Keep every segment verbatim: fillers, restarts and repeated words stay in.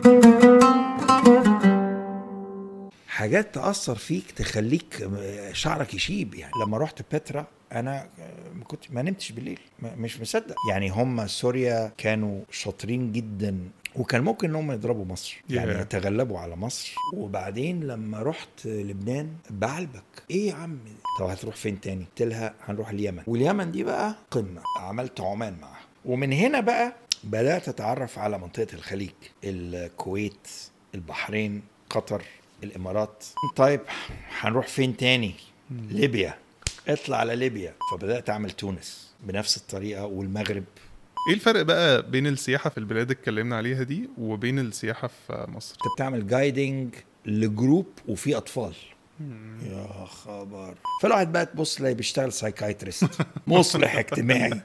حاجات تأثر فيك تخليك شعرك يشيب. يعني لما رحت بترا انا كنت ما نمتش بالليل، مش مصدق. يعني هم سوريا كانوا شاطرين جدا، وكان ممكن انهم يضربوا مصر، يعني Yeah. يتغلبوا على مصر. وبعدين لما رحت لبنان بعلبك ايه يا عم، طب هتروح فين تاني؟ قلت لها هنروح اليمن، واليمن دي بقى قمة. عملت عمان معها، ومن هنا بقى بدأت اتعرف على منطقة الخليج، الكويت، البحرين، قطر، الامارات. طيب هنروح فين تاني؟ ليبيا، اطلع على ليبيا. فبدأت اعمل تونس بنفس الطريقة، والمغرب. ايه الفرق بقى بين السياحة في البلاد اللي اتكلمنا عليها دي وبين السياحة في مصر؟ انت بتعمل جايدنج لجروب وفي اطفال. يا خبر. فالواحد بقى تبص لي بيشتغل سايكايتريست، مصلح اجتماعي.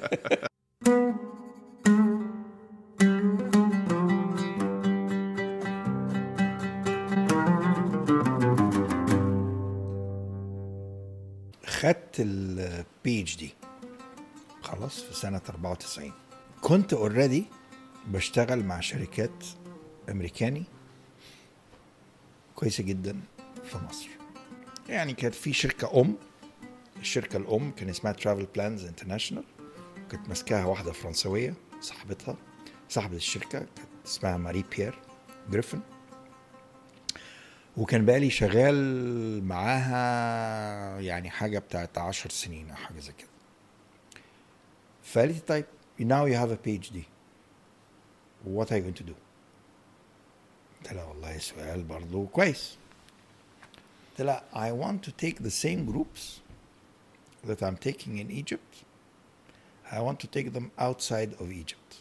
خدت البي اتش دي خلاص في سنة أربعة وتسعين. كنت اوريدي بشتغل مع شركات امريكاني كويسة جدا في مصر. يعني كانت في شركة ام، الشركة الام كان اسمها ترافل بلانز انترناشونال، كانت ماسكاها واحدة فرنسوية صاحبتها، صاحبة الشركة كانت اسمها ماري بيير جريفن، وكان بقالي شغال معاها يعني حاجة بتاعت عشر سنين أو حاجة زي كده. فقالت لي طيب now you have a بي اتش دي, what are you going to do؟ قلت لها والله سؤال برضو كويس. قلت لها I want to take the same groups that I'm taking in Egypt, I want to take them outside of Egypt.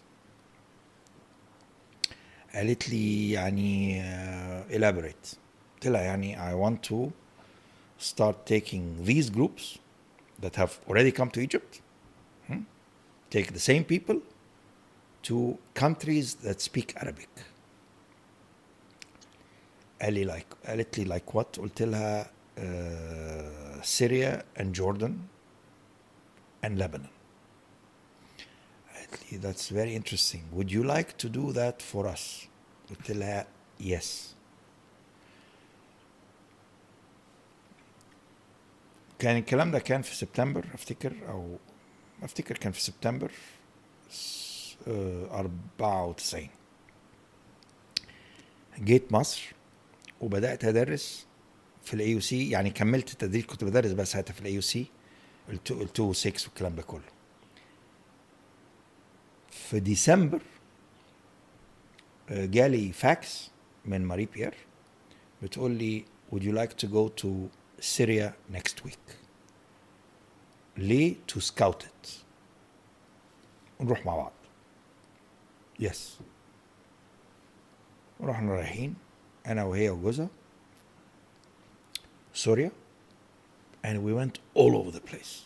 قالت لي يعني uh, elaborate. قلت لها يعني I want to start taking these groups that have already come to Egypt, hmm? take the same people to countries that speak Arabic. قال لي like, قالت لي like what؟ قلت لها uh, Syria and Jordan and Lebanon. قالت لي that's very interesting, would you like to do that for us؟ قلت لها yes. كان الكلام ده كان في سبتمبر افتكر، او افتكر كان في سبتمبر أربعة وتسعين. جيت مصر وبدأت أدرس في الاي يو سي، يعني كملت التدريس، كنت بدرس بس ساعتها في الاي يو سي ال تو ستة والكلام ده كله. في ديسمبر جالي فاكس من ماري بيير بتقول لي would you like to go to Syria next week؟ ليه؟ to scout it، ونروح مع بعض. يس. ورحنا رايحين انا وهي وجوزها سوريا and we went all over the place.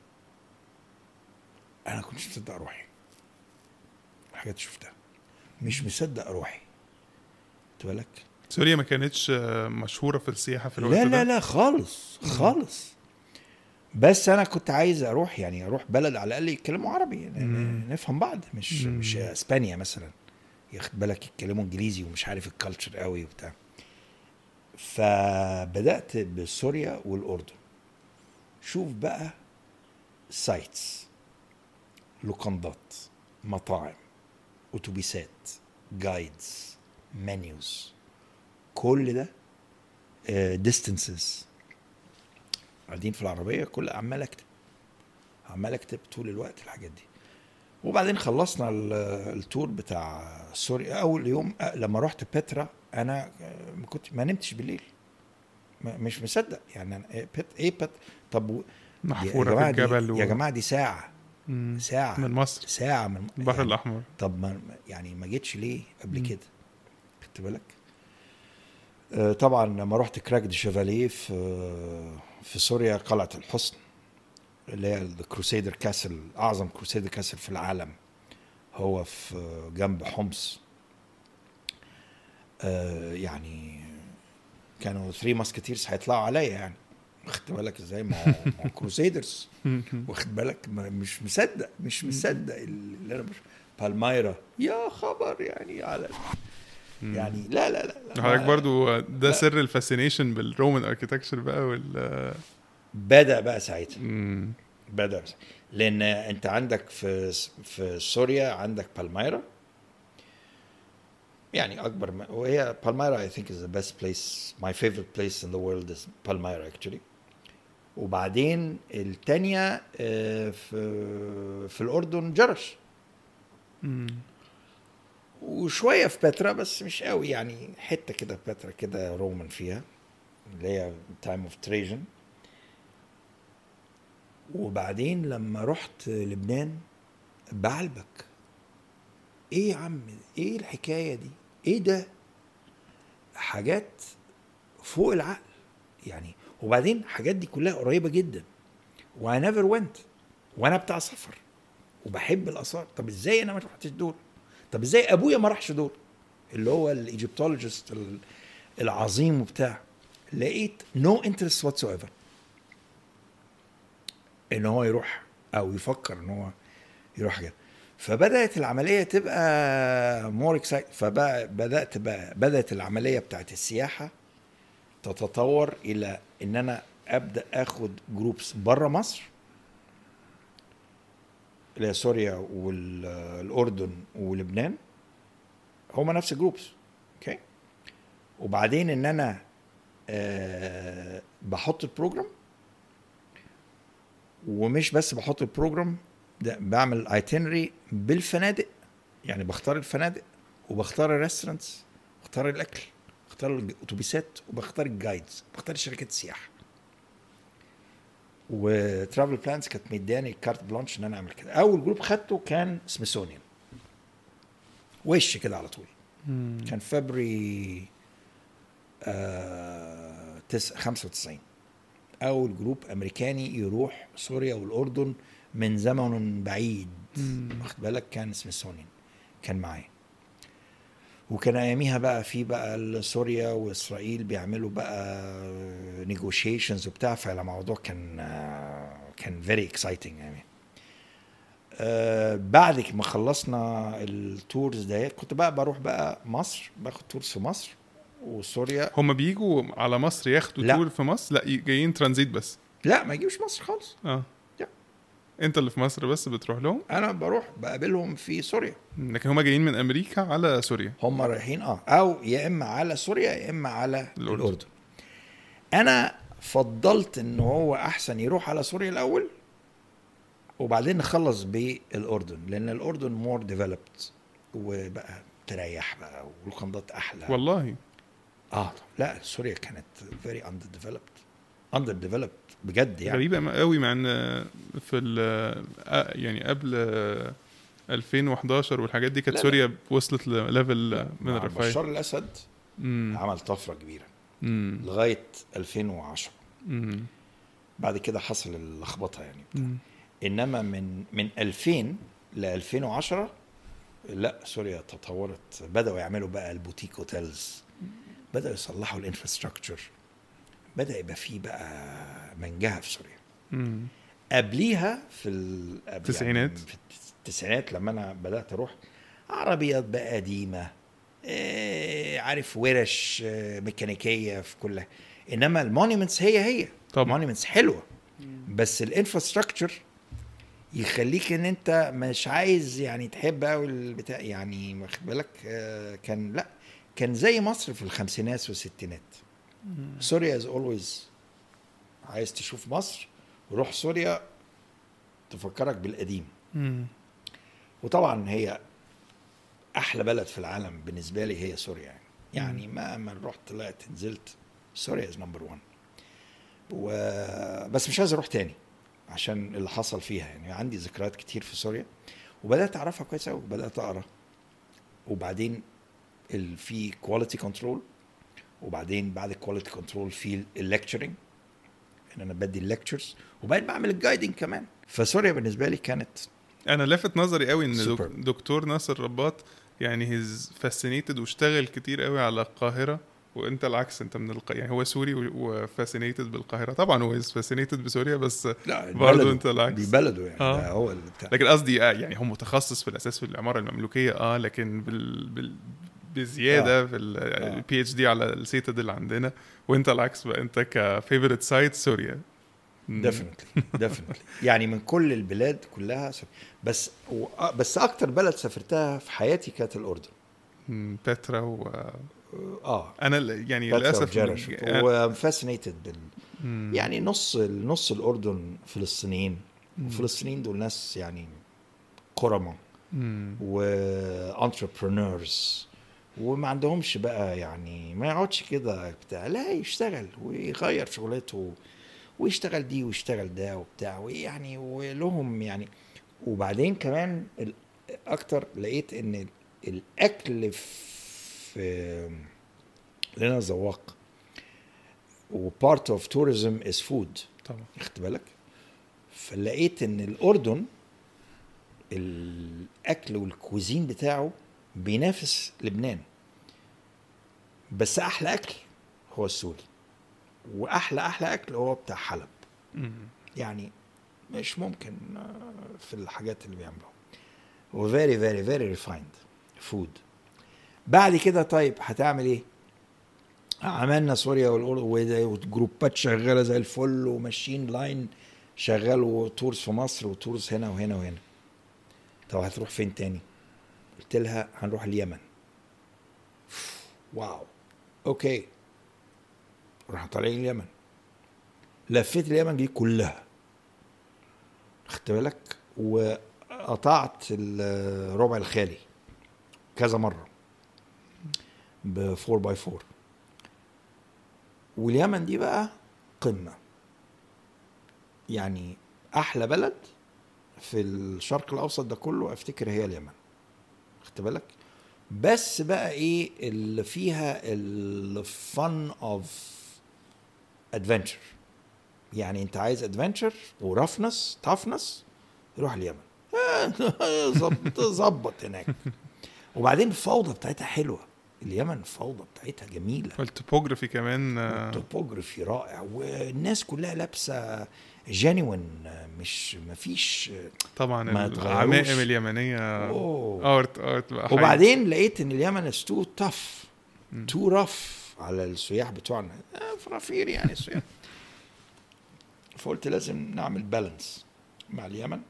انا كنتش مصدق روحي حاجات شفتها، مش مصدق روحي. تبالك سوريا ما كانتش مشهورة في السياحة في الوقت لا ده؟ لا لا خالص خالص. بس انا كنت عايز اروح، يعني اروح بلد على الاقل يتكلموا عربي، يعني نفهم بعض، مش مم. مش اسبانيا مثلا ياخد بالك يتكلموا انجليزي ومش عارف الكالتشر قوي وبتاع. فبدات بسوريا والاردن. شوف بقى سايتس، لوكندات، مطاعم، اتوبيسات، جايدز، منيوز، كل ده ديستنسز. قاعدين في العربيه كل عمال اكتب عمال اكتب طول الوقت الحاجات دي. وبعدين خلصنا التور بتاع سوريا. اول يوم لما رحت بترا انا كنت ما نمتش بالليل، مش مصدق. يعني أنا بت ايه بت طب محفورة في الجبل و... يا جماعه دي ساعه مم. ساعه من مصر، ساعه من البحر يعني الاحمر. طب ما يعني ما جيتش ليه قبل كده؟ خدت بالك؟ آه طبعا لما رحت كراك دي شيفاليه في في سوريا، قلعه الحصن اللي هي الكروسيدر كاسل، اعظم كروسيدر كاسل في العالم، هو في جنب حمص. آه يعني كانوا ثري ماسكتيرز هيطلعوا عليا، يعني واخد بالك ازاي؟ ما هو كروسيدرز، واخد بالك؟ مش مصدق مش مصدق اللي انا مش بالمايرا. يا خبر يعني على يعني لا لا لا, لا حضرتك برضو ده لا. سر الفاسينيشن بالرومان اركيتكتشر بقى وال بدأ بقى ساعتها مم. بدأ ساعتها. لأن أنت عندك في في سوريا عندك بالميرا، يعني أكبر م... وهي بالميرا I think is the best place, my favorite place in the world is Palmyra actually. وبعدين التانية آه، في في الأردن جرش، مم. وشوية في بترا بس مش قوي، يعني حتة كده في بترا كده رومان فيها اللي هي تايم اوف تريجن. وبعدين لما رحت لبنان بعلبك، ايه يا عم ايه الحكاية دي، ايه ده، حاجات فوق العقل يعني. وبعدين حاجات دي كلها قريبة جدا، و I never went، وانا بتاع سفر وبحب الآثار. طب ازاي انا ما رحتش دول؟ طب ازاي ابويا ما راحش دول، اللي هو الايجيبتولوجيست العظيم وبتاع. لقيت no interest whatsoever ان هو يروح او يفكر ان هو يروح كده. فبدات العمليه تبقى مور اكسايت، فبدات بقى بدات العمليه بتاعت السياحه تتطور الى ان انا ابدا اخد جروبس بره مصر، اللي هي سوريا والاردن ولبنان، هما نفس الجروبس. اوكي. وبعدين ان انا أه بحط البروجرام، ومش بس بحط البروجرام ده، بعمل ايتينري بالفنادق، يعني بختار الفنادق وبختار الريستورانتس، بختار الاكل، بختار الاتوبيسات، وبختار الجايدز، بختار شركات السياحه. وترافل بلانز كانت مداني كارت بلانش ان انا اعمل كده. اول جروب خدته كان سميثسونيان، وش كده على طول. مم. كان فبراير آه خمسة وتسعين. اول جروب امريكاني يروح سوريا والاردن من زمن بعيد، واخد بالك، كان سميثسونيان كان معايا. وكان اياميها بقى في بقى سوريا واسرائيل بيعملوا بقى نيجوشيشنز وبتاع، فالموضوع كان كان فيري اكسايتنج يعني. آه بعد ما خلصنا التورز ديت كنت بقى بروح بقى مصر، باخد تورز في مصر وسوريا. هم بيجوا على مصر ياخدوا لا. تور في مصر؟ لا جايين ترانزيت بس؟ لا ما يجيبش مصر خالص. اه لا. انت اللي في مصر بس بتروح لهم؟ انا بروح بقابلهم في سوريا، لكن هم جايين من امريكا على سوريا. هم رايحين اه او يا اما على سوريا يا اما على الأردن. الاردن. انا فضلت ان هو احسن يروح على سوريا الاول وبعدين نخلص بالاردن، لان الاردن مور ديفلوبد وبقى تريح بقى والقندات احلى. والله اه لا سوريا كانت very underdeveloped underdeveloped بجد يعني. غريبة قوي، مع ان في يعني قبل ألفين وإحداشر والحاجات دي كانت سوريا وصلت لليفل من الرفاهية. بشار الاسد مم. عمل طفرة كبيرة مم. لغاية ألفين وعشرة. مم. بعد كده حصل اللخبطة يعني. مم. انما من من ألفين ل ألفين وعشرة لا سوريا تطورت، بدأوا يعملوا بقى البوتيك هوتيلز، بدأوا يصلحوا الانفراستراكشر، بدأ يبقى فيه بقى منجهة في سوريا. مم. قبليها في التسعينات، يعني في التسعينات لما انا بدأت اروح، عربيات بقى قديمة، إيه عارف، ورش ميكانيكية في كلها. انما المونيمنتس هي هي طبعا مونيمنتس حلوة، بس الانفراستراكشر يخليك ان انت مش عايز يعني تحب قوي البتاع، يعني واخد بالك. آه كان لا كان زي مصر في الخمسينات والستينات. سوريا از اولويز عايز تشوف مصر وروح سوريا تفكرك بالقديم. مم. وطبعا هي احلى بلد في العالم بالنسبه لي هي سوريا يعني. يعني مهما رحت طلعت نزلت سوريا از نمبر واحد. وبس مش عايز اروح تاني عشان اللي حصل فيها يعني. عندي ذكريات كتير في سوريا وبدأت أعرفها كويس أوي، بدأت أقرأ، وبعدين في كواليتي كنترول، وبعدين بعد الكواليتي كنترول في الليكتشرنج، إن أنا بدي الليكتشرز، وبعدين بعمل الجايدنج كمان. فسوريا بالنسبة لي كانت أنا لافت نظري قوي إن super. دكتور ناصر رباط يعني هيز فاسينيتد واشتغل كتير قوي على القاهرة، وانت العكس، انت من الق... يعني هو سوري وفاسينيتد بالقاهره. طبعا هو فاسينيتد بسوريا بس برضه انت العكس، دي بلده يعني. آه. ده هو اللي بتاع. لكن قصدي آه يعني هو متخصص في الاساس في العماره المملوكيه اه لكن بال... بال... بزياده آه. في البي اتش دي على السيتادل عندنا، وانت العكس بقى، انت كفيفورت سايت سوريا. definitely definitely يعني من كل البلاد كلها سف... بس و... بس اكتر بلد سافرتها في حياتي كانت الاردن. بترا و اه انا يعني للاسف وفاسينيتد بال مم. يعني نص نص الاردن فلسطينيين، والفلسطينيين دول ناس يعني كرمة وانتربرينورز، وما عندهمش بقى يعني ما يقعدش كده بتاع، لا يشتغل ويغير شغلته ويشتغل دي ويشتغل ده وبتاع، ويعني ولهم يعني. وبعدين كمان اكتر لقيت ان الاكل في لنا ذواق، و part of tourism is food طبعا، اخد بالك. فلقيت ان الاردن الاكل والكوزين بتاعه بينافس لبنان، بس احلى اكل هو السوري، واحلى احلى اكل هو بتاع حلب. يعني مش ممكن في الحاجات اللي بيعملوها، هو very very very refined food. بعد كده طيب هتعمل ايه؟ عملنا سوريا والجروبات شغاله زي الفل وماشيين لاين شغال، وتورز في مصر وتورز هنا وهنا وهنا. طب هتروح فين تاني؟ قلت لها هنروح اليمن. واو اوكي، رح طالعين اليمن. لفيت اليمن دي كلها خدت بالك، وقطعت الربع الخالي كذا مره بفور باي فور. واليمن دي بقى قمه، يعني احلى بلد في الشرق الاوسط ده كله افتكر هي اليمن خدت بالك. بس بقى ايه اللي فيها الفن اوف ادفنتشر، يعني انت عايز ادفنتشر ورفنس تافنس روح اليمن ظبط ظبط هناك. وبعدين الفوضى بتاعتها حلوه، اليمن الفوضى بتاعتها جميله، والتوبوغرافي كمان التوبوغرافي رائع، والناس كلها لابسه جينيوين، مش مفيش طبعا العمائم اليمنيه ارت ارت بقى. وبعدين لقيت ان اليمن تو تاف تو رف على السياح بتوعنا، فرافير يعني السياح. فقلت لازم نعمل بالانس مع اليمن،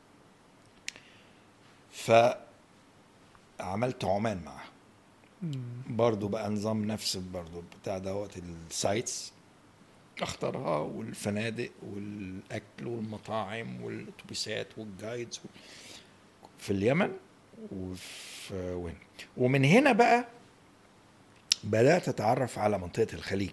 فعملت عمان معها برضو بقى نظام نفس برضو بتاع دوت السايتس اختارها، والفنادق والاكل والمطاعم والاتوبيسات والجايدز في اليمن وفي وين. ومن هنا بقى بدأت اتعرف على منطقة الخليج،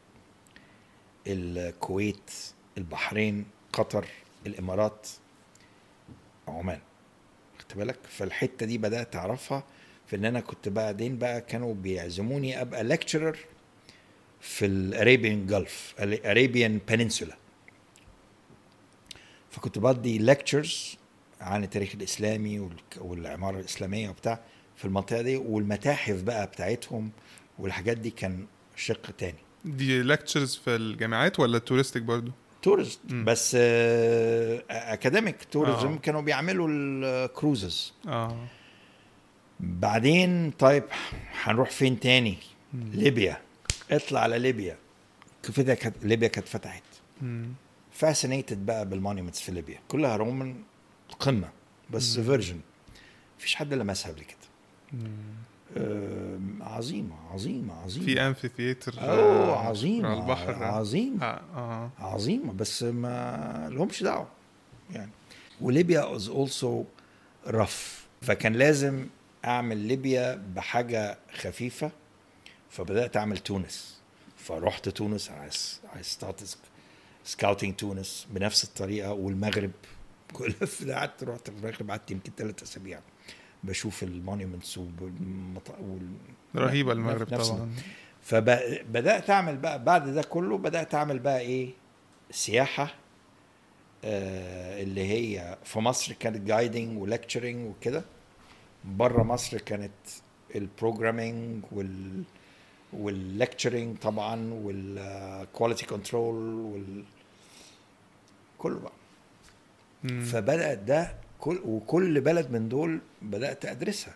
الكويت، البحرين، قطر، الامارات، عمان خدت بالك. فالحتة دي بدأت اعرفها في ان انا كنت بعدين بقى كانوا بيعزموني ابقى ليكتشرر في الاريبيان جلف الاريبيان بننسولا، فكنت بدي ليكتشرز عن التاريخ الاسلامي والعمارة الاسلامية وبتاع في المنطقة دي، والمتاحف بقى بتاعتهم والحاجات دي كان شق تاني. دي ليكتشرز في الجامعات ولا تورستيك برضو؟ تورست بس اكاديميك توريزم. آه. كانوا بيعملوا الكروزز. اه بعدين طيب هنروح فين تاني؟ مم. ليبيا. اطلع على ليبيا، كيف كانت ليبيا كانت فتحت. فاسينيتد بقى بالمونيومنتس في ليبيا كلها رومان قمه، بس فيرجن مفيش حد لمسها قبل كده. آه عظيمه عظيمه عظيمه في امفي ثياتر اوه عظيمه على البحر عظيمه آه. آه. عظيمه، بس ما لهمش دعوه يعني. وليبيا is also rough، فكان لازم اعمل ليبيا بحاجه خفيفه، فبدات اعمل تونس. فرحت تونس عايز عايز سكاوتينج تونس بنفس الطريقه، والمغرب كل قعدت رحت المغرب قعدت يمكن ثلاثة اسابيع بشوف المونيومنتس والمط... وال... رهيبه المغرب طبعا. فبدات اعمل بقى بعد ده كله بدات اعمل بقى ايه سياحه، آه اللي هي في مصر كانت جايدنج ولكتشرنج وكده، بره مصر كانت البروجرامينج وال واللكتشرنج طبعا والكواليتي كنترول وال كله بقى. مم. فبدأت ده كل وكل بلد من دول بدأت أدرسها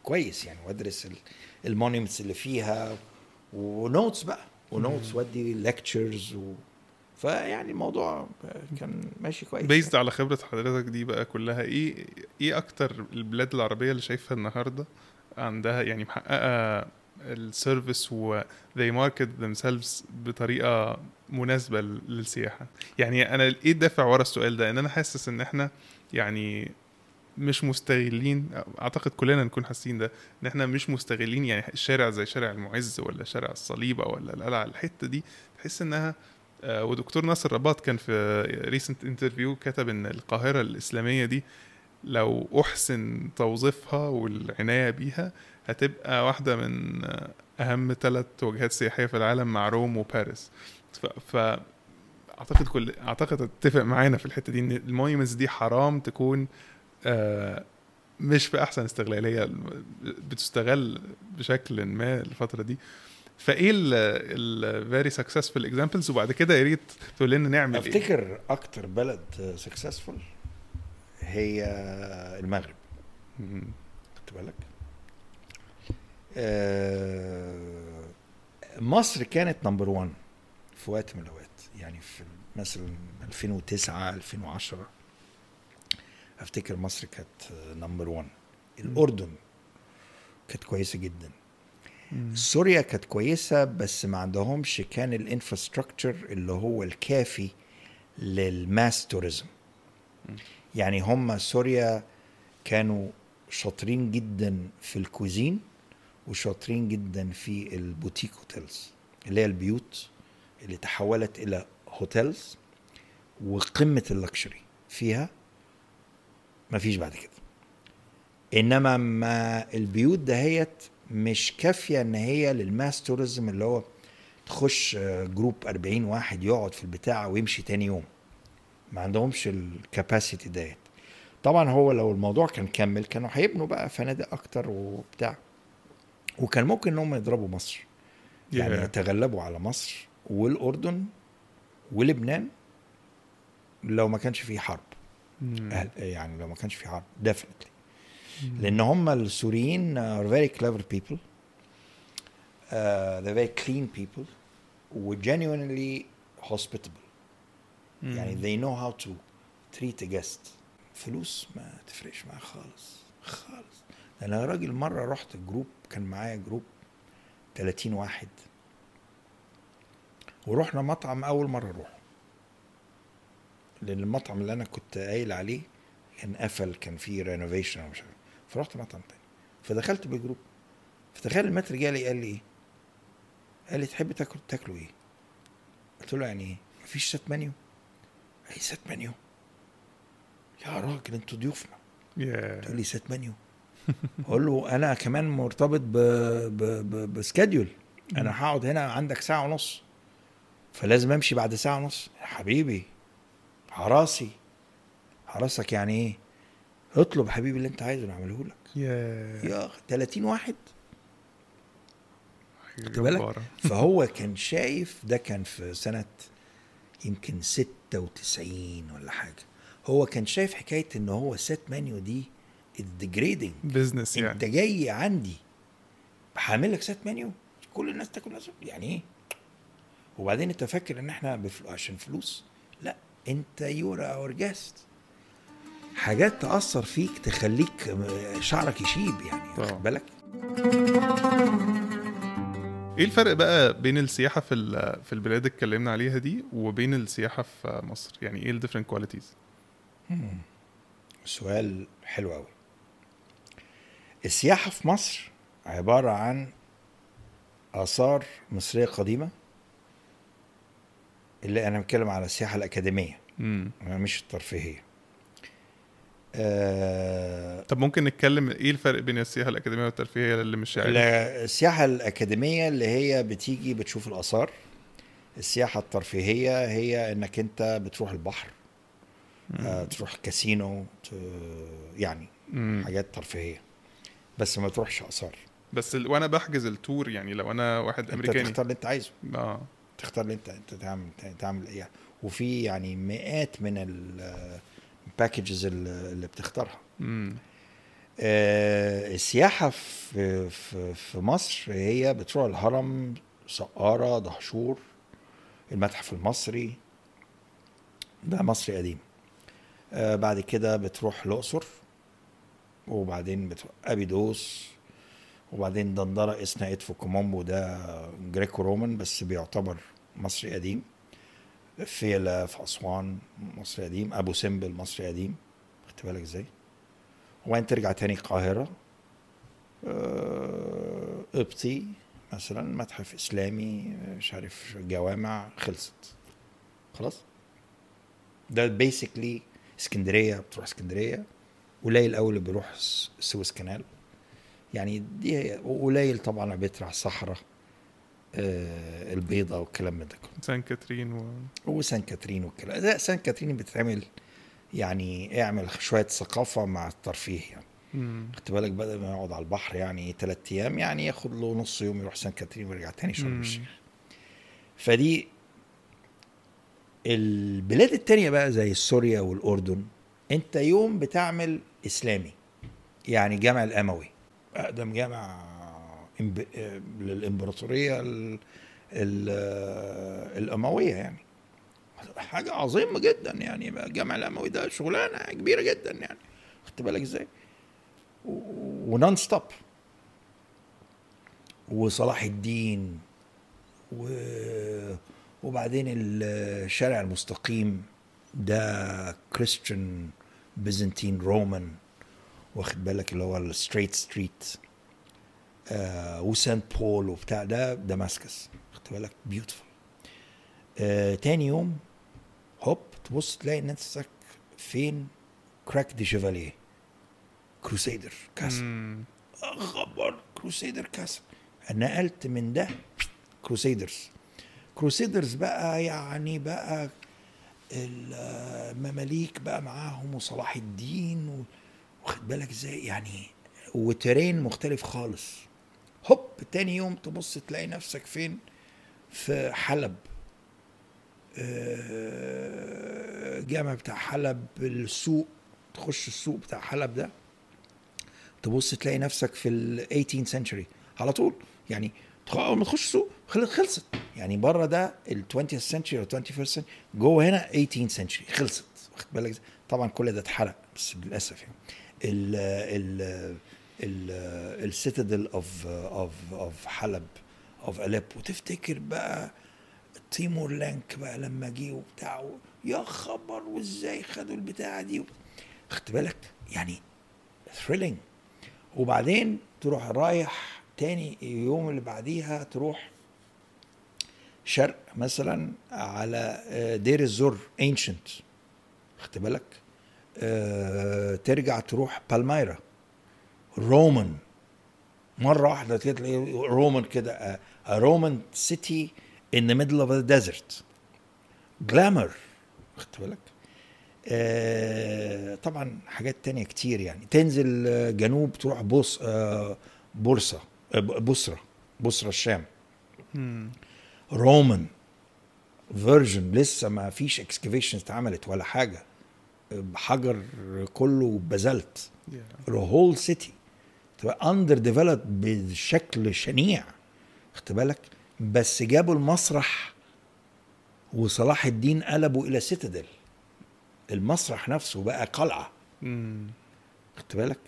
كويس يعني، وادرس المونيومنتس اللي فيها ونوتس بقى ونوتس ودي ليكتشرز و... فيعني الموضوع كان ماشي كويس. بيزد على خبرة حضرتك دي بقى كلها، ايه ايه اكتر البلاد العربية اللي شايفها النهاردة عندها يعني محققة السيرفيس و they market themselves بطريقة مناسبة للسياحة؟ يعني انا ايه الدافع ورا السؤال ده؟ ان انا حاسس ان احنا يعني مش مستغلين، اعتقد كلنا نكون حاسين ده، ان احنا مش مستغلين. يعني الشارع زي شارع المعز ولا شارع الصليبة ولا القلعة، الحتة دي تحس انها آه ودكتور ناصر رباط كان في ريسنت انترفيو كتب ان القاهرة الإسلامية دي لو احسن توظيفها والعناية بيها هتبقى واحدة من اهم ثلاث وجهات سياحية في العالم مع روم وباريس. ف, ف اعتقد كل اعتقد اتفق معانا في الحتة دي ان المونيومنتس دي حرام تكون آه مش في احسن استغلالية، بتستغل بشكل ما الفترة دي. فايه ال very successful examples؟ وبعد كده يا ريت تقول لنا نعمل ايه. افتكر اكتر بلد successful هي المغرب. خدت بالك؟ آه مصر كانت نمبر وان في وقت من الاوقات، يعني في مثلا ألفين وتسعة ألفين وعشرة افتكر مصر كانت نمبر وان. الاردن كانت كويسه جدا. سوريا كانت كويسه بس ما عندهمش كان الانفراستراكشر اللي هو الكافي للماس توريزم. يعني هم سوريا كانوا شاطرين جدا في الكوزين وشاطرين جدا في البوتيك هوتيلز اللي هي البيوت اللي تحولت الى هوتيلز، وقمة اللكشري فيها ما فيش بعد كده. انما ما البيوت دهيت مش كافية ان هي للماس توريزم اللي هو تخش جروب أربعين واحد يقعد في البتاع ويمشي تاني يوم. ما عندهمش الكاباسيتي ديت. طبعا هو لو الموضوع كان كمل كانوا هيبنوا بقى فنادق اكتر وبتاع، وكان ممكن انهم يضربوا مصر. يعني yeah. يتغلبوا على مصر والاردن ولبنان لو ما كانش فيه حرب. mm. يعني لو ما كانش فيه حرب definitely. mm. لان هم السوريين are very clever people, uh, they're very clean people و genuinely hospitable. mm. يعني they know how to treat a guest. فلوس ما تفرقش معاه خالص خالص. انا راجل مره رحت جروب كان معايا جروب ثلاثين واحد ورحنا مطعم اول مره اروح، لان المطعم اللي انا كنت قايل عليه كان قفل، كان فيه رينوفيشن او مش عارف، فرحت مطعم تاني فدخلت بالجروب. فتخيل المتر جالي قال لي ايه؟ قال لي تحب تاكل تاكلوا ايه؟ قلت له يعني ايه؟ مفيش سات منيو؟ اي سات منيو يا راجل انتوا ضيوفنا. yeah. تقول لي سات منيو؟ اقول له انا كمان مرتبط ب ب ب بسكاديول، انا هقعد هنا عندك ساعه ونص فلازم امشي بعد ساعه ونص. يا حبيبي حراسي حراسك يعني ايه؟ اطلب حبيبي اللي انت عايزه نعمله لك. yeah. يا ثلاثين واحد خد بالك. فهو كان شايف ده كان في سنه يمكن ستة وتسعين ولا حاجه. هو كان شايف حكايه ان هو سيت منيو دي الديجريدنج بزنس. يعني انت جاي عندي بحامل لك سيت منيو كل الناس تاكل ناس يعني ايه؟ وبعدين انت فاكر ان احنا بفلو عشان فلوس؟ لا، انت يورا اور جاست. حاجات تأثر فيك تخليك شعرك يشيب يعني. واخد بالك؟ ايه الفرق بقى بين السياحة في في البلاد اللي اتكلمنا عليها دي وبين السياحة في مصر؟ يعني ايه الديفرنت كواليتيز؟ سؤال حلو قوي. السياحة في مصر عبارة عن آثار مصرية قديمة، اللي أنا بتكلم على السياحة الأكاديمية مم. مش الترفيهية. أه طب ممكن نتكلم ايه الفرق بين السياحة الأكاديمية والترفيهية اللي مش عارف؟ السياحة الأكاديمية اللي هي بتيجي بتشوف الآثار. السياحة الترفيهية هي انك انت بتروح البحر، أه تروح كاسينو، يعني مم. حاجات ترفيهية بس ما تروحش آثار. بس ال... وانا بحجز التور يعني لو انا واحد امريكاني انت تختار اللي انت عايزه. اه تختار اللي انت انت تعمل تعمل ايه. وفي يعني مئات من الباكجز اللي بتختارها. امم آه السياحه في في في مصر هي بتروح الهرم، سقاره، دهشور، المتحف المصري ده مصري قديم. آه بعد كده بتروح الاقصر، وبعدين بتروح ابيدوس، وبعدين دندره اسنا ادفو كومومبو ده جريكو رومان بس بيعتبر مصري قديم. فيلة في اسوان مصري قديم، ابو سمبل مصري قديم، خدت بالك ازاي. وبعدين ترجع تاني القاهره، آه، قبطي مثلا، متحف اسلامي، مش عارف، جوامع، خلصت خلاص. ده بيسكلي اسكندريه، بتروح اسكندريه قليل قوي اللي بيروح السويس كانال يعني، دي قليل طبعا بيطلع الصحراء آه البيضاء والكلام من ده كله، سان كاترين و... وسان كاترين والكلام ده. سان كاترين بتتعمل يعني اعمل شويه ثقافه مع الترفيه يعني. مم. خدت بالك بدل ما يقعد على البحر يعني ثلاث ايام، يعني ياخد له نص يوم يروح سان كاترين ويرجع تاني شرم مم. الشيخ. فدي البلاد التانية بقى زي سوريا والأردن، انت يوم بتعمل إسلامي يعني جامع الأموي، أقدم جامع إمب... للإمبراطورية ال... ال... الأموية يعني، حاجة عظيمة جدا يعني. بقى الجامع الأموي ده شغلانة كبيرة جدا يعني، خدت بالك ازاي، و... ونون ستوب. وصلاح الدين و... وبعدين الشارع المستقيم ده كريستيان بيزنتين رومان، واخد بالك اللي هو الستريت ستريت، آه وسان بول وبتاع ده دمسكس، خدت بالك بيوتيفول. آه تاني يوم هوب تبص تلاقي نفسك فين؟ كراك دي شيفاليه، كروسيدر كاسل. مم. خبر كروسيدر كاسل، نقلت من ده كروسيدرز. كروسيدرز بقى يعني بقى المماليك بقى معاهم وصلاح الدين، واخد بالك ازاي يعني، وترين مختلف خالص. هوب تاني يوم تبص تلاقي نفسك فين؟ في حلب، جامع بتاع حلب، السوق، تخش السوق بتاع حلب ده تبص تلاقي نفسك في ال eighteenth century على طول يعني. اول ما تخش السوق خلصت يعني، بره ده ال twentieth century او twenty-first century، جوه هنا eighteenth century خلصت، واخد بالك. طبعا كل ده اتحرق بس للاسف يعني. ال ال ال السيتادل اوف اوف اوف حلب، اوف أليب، وتفتكر بقى تيمور لانك بقى لما جه وبتاع، يا خبر وازاي خدوا البتاعه دي، خدت بالك يعني ثريلينج. وبعدين تروح رايح تاني يوم اللي بعديها تروح شرق مثلا على دير الزر ancient، خدت بالك. أه ترجع تروح بالمايرا رومان، مرة واحدة تلاقي رومان كده، رومان سيتي in the middle of the desert، glamour، خدت بالك. أه طبعا حاجات تانية كتير يعني. تنزل جنوب تروح بوس أه بورصة، أه بصرة، بصرة الشام، رومان فيرجن، لسه ما فيش اكسكافيشنز اتعملت ولا حاجة، بحجر كله بازلت، الهول سيتي تبقى اندر ديفلوب بشكل شنيع، خدت بالك. بس جابوا المسرح وصلاح الدين قلبوا الى سيتادل، المسرح نفسه بقى قلعة، خدت بالك.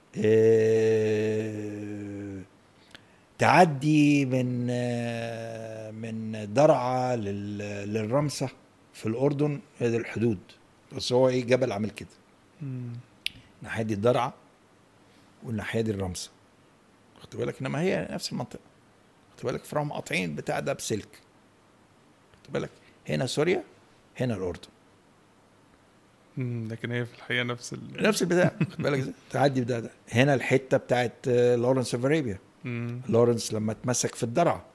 اه تعدي من اه من درعا للرمسة في الأردن، هذه الحدود، بس هو ايه جبل عامل كده، الناحية دي الدرعا والناحية دي الرمسة، خدت بالك. انما هي نفس المنطقة، خدت بالك، فراهم قاطعين بتاع ده بسلك، خدت بالك. هنا سوريا، هنا الأردن، لكن هي في الحقيقة نفس ال... نفس البتاع، خد بالك. تعدي بتاع ده هنا الحتة بتاعت لورنس اوف ارابيا، لورنس لما اتمسك في الدرعا،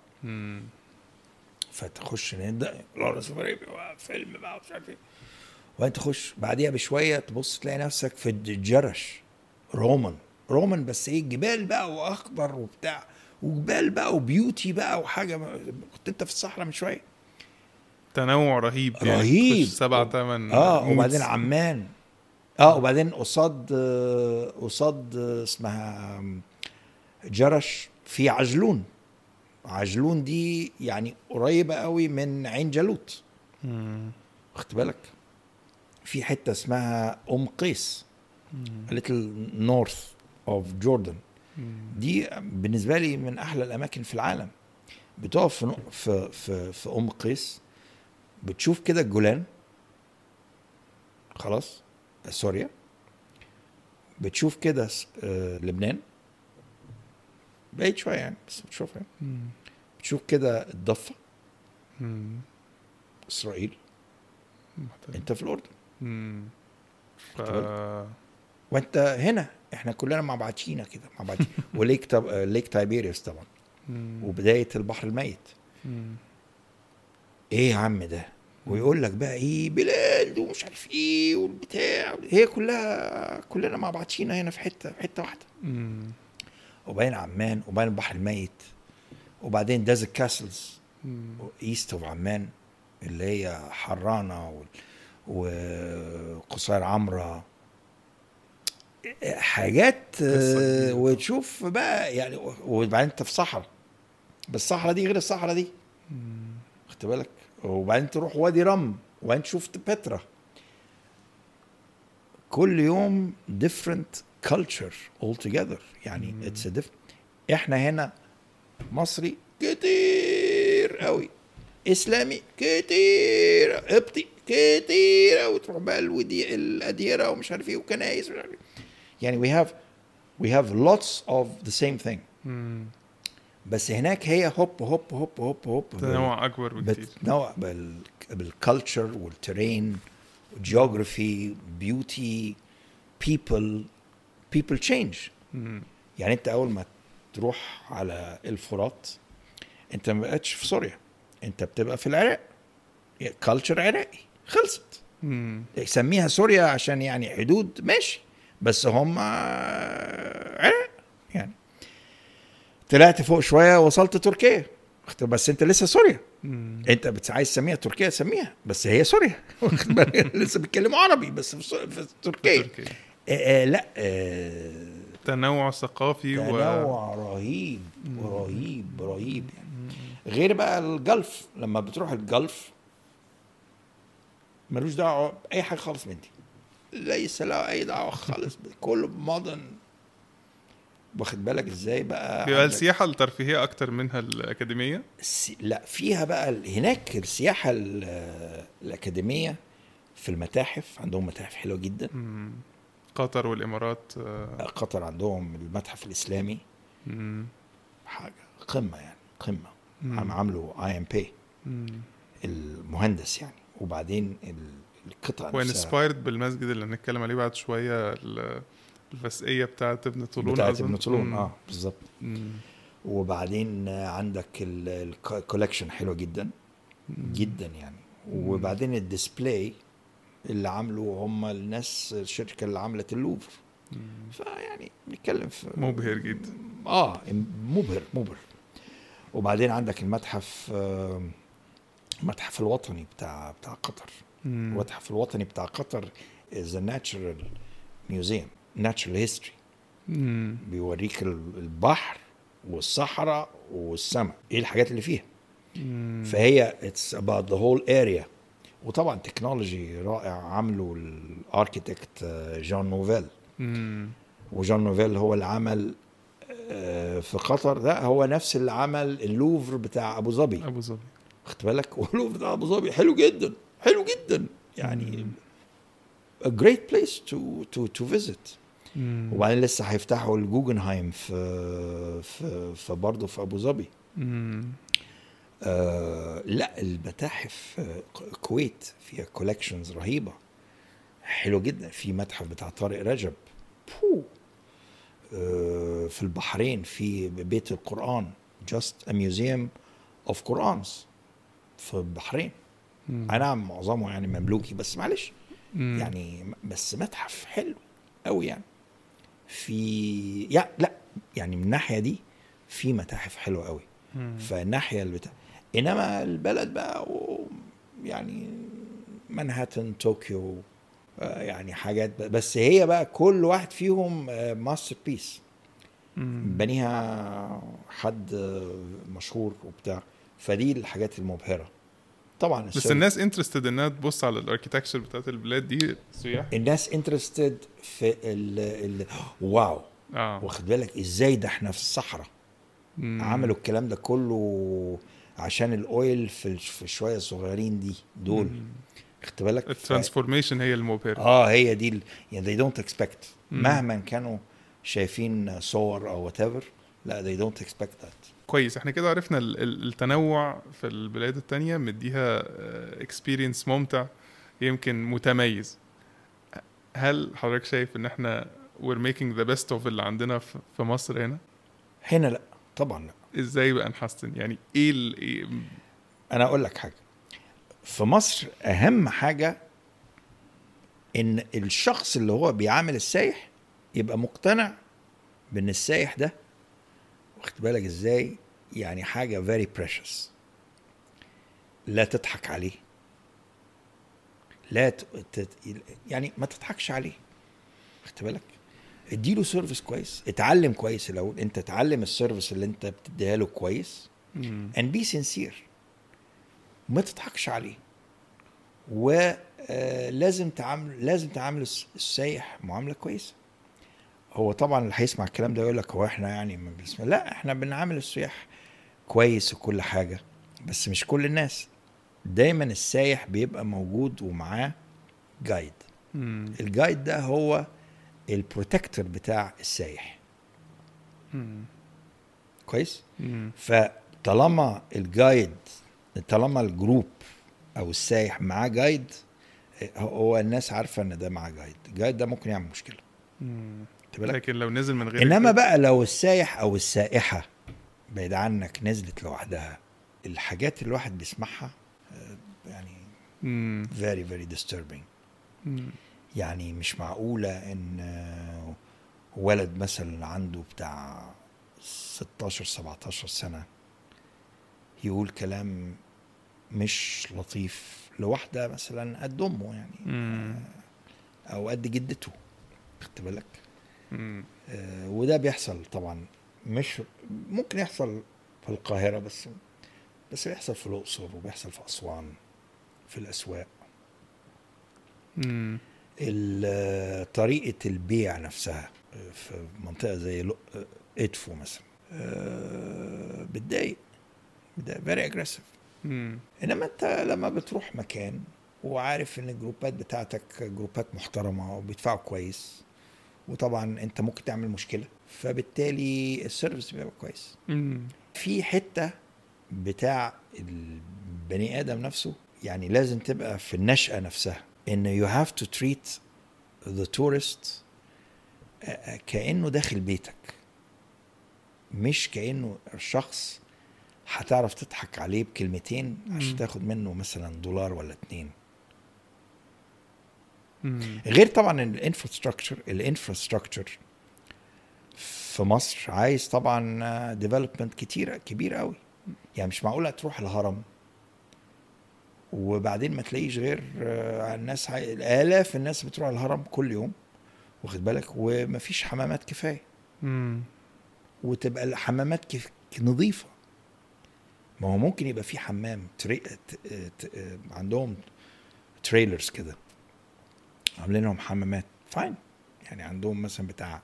فتخش هنا لورنس اوف ارابيا فيلم بقى مش عارف ايه، وانت تخش بعديها بشوية تبص تلاقي نفسك في الجرش، رومان، رومان بس ايه جبال بقى واخضر وبتاع، وجبال بقى وبيوتي بقى وحاجة. كنت انت في الصحراء من شوية، تنوع رهيب يعني، رهيب سبعة تمن اه. مودز. وبعدين عمان، اه وبعدين قصاد آه، قصاد آه، اسمها جرش في عجلون. عجلون دي يعني قريبة قوي من عين جالوت. مم. خدت بالك؟ في حتة اسمها أم قيس مم. a little north of Jordan. مم. دي بالنسبة لي من أحلى الأماكن في العالم. بتقف في نق- في في, في أم قيس، بتشوف كده الجولان، خلاص سوريا، بتشوف كده س- آه، لبنان بعيد شوية يعني بس بتشوفها، مم. بتشوف كده الضفة مم. إسرائيل، محترم. أنت في الأردن. مم. ف خدت بالك؟ وأنت هنا إحنا كلنا مع بعضينا كده مع بعض. وليك تب... آه، ليك تايبيريوس طبعا، مم. وبداية البحر الميت. مم. ايه يا عم ده، ويقول لك بقى ايه بلاد ومش عارف ايه والبتاع، هي كلها كلنا مع بعضينا هنا في حته في حته واحده. مم. وبعدين عمان، وبعدين البحر الميت، وبعدين دازت كاسلز مم. ايست اوف عمان اللي هي حرانه و- وقصير عمرة، حاجات قصة آه، كبيرة. وتشوف بقى يعني. وبعدين انت في صحراء، بس الصحراء دي غير الصحراء دي، مم. خدت بالك؟ وبعدين تروح وادي رم، وبعدين شفت بترا. كل يوم different culture altogether يعني. مم. it's a different. احنا هنا مصري كتير قوي، اسلامي كتير، قبطي كتير قوي، تروح بقى الودي الاديره ومش عارف ايه وكنايس مش عارف إيه. يعني we have we have lots of the same thing. مم. بس هناك هي هوب هوب هوب هوب هوب تنوع اكبر بكتير. بتنوع بال بالكالتشر والترين والجيوغرافي بيوتي people people change. مم. يعني انت اول ما تروح على الفرات انت ما بقتش في سوريا، انت بتبقى في العراق، كالتشر عراقي خلصت. مم. سميها سوريا عشان يعني حدود ماشي، بس هم عراق يعني. طلعت فوق شويه وصلت تركيا، بس انت لسه سوريا. مم. انت بت- عايز تسميها تركيا سميها، بس هي سوريا. واخد بالك؟ لسه بيتكلموا عربي بس في, سو- في تركيا. تركيا. آه آه لا آه تنوع ثقافي و تنوع رهيب رهيب رهيب يعني. غير بقى الجلف، لما بتروح الجلف ملوش دعوه باي حاجه خالص من دي، ليس له اي دعوه خالص، كله مودرن. واخد بالك ازاي بقى؟ بيبقى عندك السياحة الترفيهية أكتر منها الأكاديمية. السي... لا فيها بقى ال- هناك السياحه ال- الاكاديميه في المتاحف، عندهم متاحف حلوه جدا. مم. قطر والإمارات. آه. قطر عندهم المتحف الاسلامي، مم. حاجه قمه يعني قمه. مم. عم عامله اي ام بي مم. المهندس يعني. وبعدين ال- القطع نفسها وانسبايرد بالمسجد اللي هنتكلم عليه بعد شوية، ال- الفسقية بتاعت ابن طولون بتاعت أظن. ابن طولون مم. اه بالظبط. مم. وبعدين عندك الكولكشن حلوه جدا جدا يعني. وبعدين الديسبلاي اللي عملوا هم الناس الشركه اللي عملت اللوفر، فيعني بنتكلم في مبهر جدا. اه مبهر مبهر. وبعدين عندك المتحف آه، المتحف الوطني بتاع بتاع قطر. مم. المتحف الوطني بتاع قطر is a natural museum natural history. مم. بيوريك ال- البحر والصحراء والسماء ايه الحاجات اللي فيها. مم. فهي it's about the whole area. وطبعا تكنولوجي رائع عمله الاركيتكت جان نوفيل. مم. وجان نوفيل هو اللي عمل آه، في قطر، ده هو نفس اللي عمل اللوفر بتاع ابو ظبي. أبو ظبي. خدت بالك؟ واللوفر بتاع ابو ظبي حلو جدا حلو جدا يعني. a great place to to to visit. مم. وبعدين لسه هيفتحوا الجوجنهايم في في في برضه في ابو ظبي. مم. آه لا المتاحف آه، الكويت فيها كولكشنز رهيبه حلو جدا. في متحف بتاع طارق رجب. بو. آه في البحرين في بيت القرآن just a museum of Qurans في البحرين. مم. انا معظمه يعني مملوكي بس معلش مم. يعني، بس متحف حلو قوي يعني. في يا لا يعني من الناحيه دي في متاحف حلوه قوي. مم. فالناحيه اللي بتاع، انما البلد بقى و... يعني منهاتن طوكيو آه، يعني حاجات، بس هي بقى كل واحد فيهم ماستر بيس بنيها حد آه، مشهور وبتاع. فدي الحاجات المبهرة طبعا. بس السيرف- الناس انترستد انها تبص على الاركيتكتشر بتاعت البلاد دي السياح. الناس انترستد في ال ال واو، اه واخد بالك ازاي ده احنا في الصحراء مم. عملوا الكلام ده كله عشان الاويل في في شويه صغيرين دي دول، مم. خدت بالك. ف... الترانسفورميشن هي المبهرة. اه هي دي ال... يعني they don't expect مم. مهما كانوا شايفين صور او whatever، لا they don't expect that. كويس، احنا كده عرفنا ال- ال- التنوع في البلاد التانية مديها اكسبيرينس ممتع يمكن متميز. هل حضرتك شايف ان احنا we're making the best of اللي عندنا في في مصر هنا؟ هنا لا طبعا لا. ازاي بقى نحسن؟ يعني ايه ال... إيه- انا اقول لك حاجه، في مصر اهم حاجه ان الشخص اللي هو بيعامل السايح يبقى مقتنع بان السايح ده، واخد بالك ازاي، يعني حاجه very precious، لا تضحك عليه، لا ت... ت... يعني ما تضحكش عليه، واخد بالك، اديله سيرفيس كويس، اتعلم كويس الاول، انت اتعلم السيرفيس اللي انت بتديها له كويس مم. and be sincere، ما تضحكش عليه. ولازم تعامل لازم تعامل السايح معامله كويسه. هو طبعا اللي هيسمع الكلام ده يقول لك هو احنا يعني ما بنسمع، لا احنا بنعامل السياح كويس وكل حاجه، بس مش كل الناس. دايما السايح بيبقى موجود ومعاه جايد. مم. الجايد ده هو البروتكتور بتاع السايح، مم. كويس. مم. فطالما الجايد، طالما الجروب او السايح معاه جايد، هو الناس عارفه ان ده معاه جايد، الجايد ده ممكن يعمل مشكله. مم. تبالك؟ لكن لو نزل من غير انما الجايد- بقى لو السايح او السائحه بعيد عنك نزلت لوحدها، الحاجات اللي الواحد بيسمعها آه، يعني مم. very very disturbing. مم. يعني مش معقوله ان آه، ولد مثلا عنده بتاع ستاشر سبعتاشر سنه يقول كلام مش لطيف لواحده مثلا قد امه يعني، مم. او قد جدته، خدت بالك. مم. آه، وده بيحصل طبعا، مش ممكن يحصل في القاهرة بس، بس بيحصل في الأقصر وبيحصل في أسوان في الأسواق. مم. ال- طريقة البيع نفسها آه، في منطقة زي لو- آه، إدفو مثلا آه، بتضايق، بتضايق very aggressive. مم. إنما أنت لما بتروح مكان وعارف إن الجروبات بتاعتك جروبات محترمة وبيدفعوا كويس، وطبعا أنت ممكن تعمل مشكلة، فبالتالي السيرفيس بيبقى كويس. مم. في حتة بتاع البني آدم نفسه، يعني لازم تبقى في النشأة نفسها إن you have to treat the tourist كأنه داخل بيتك، مش كأنه الشخص هتعرف تضحك عليه بكلمتين عشان تاخد منه مثلا دولار ولا اتنين. مم. غير طبعا الانفراستراكشر الانفراستراكشر في مصر عايز طبعا ديفلوبمنت كتيرة كبيرة قوي. يعني مش معقولة تروح الهرم وبعدين ما تلاقيش غير آه، الناس هاي الالاف الناس بتروح الهرم كل يوم، واخد بالك، ومفيش حمامات كفايه، مم. وتبقى الحمامات كيف نظيفه. ما هو ممكن يبقى في حمام تري... ت... ت... عندهم تريلرز كده عاملين لهم حمامات فاين، يعني عندهم مثلا بتاع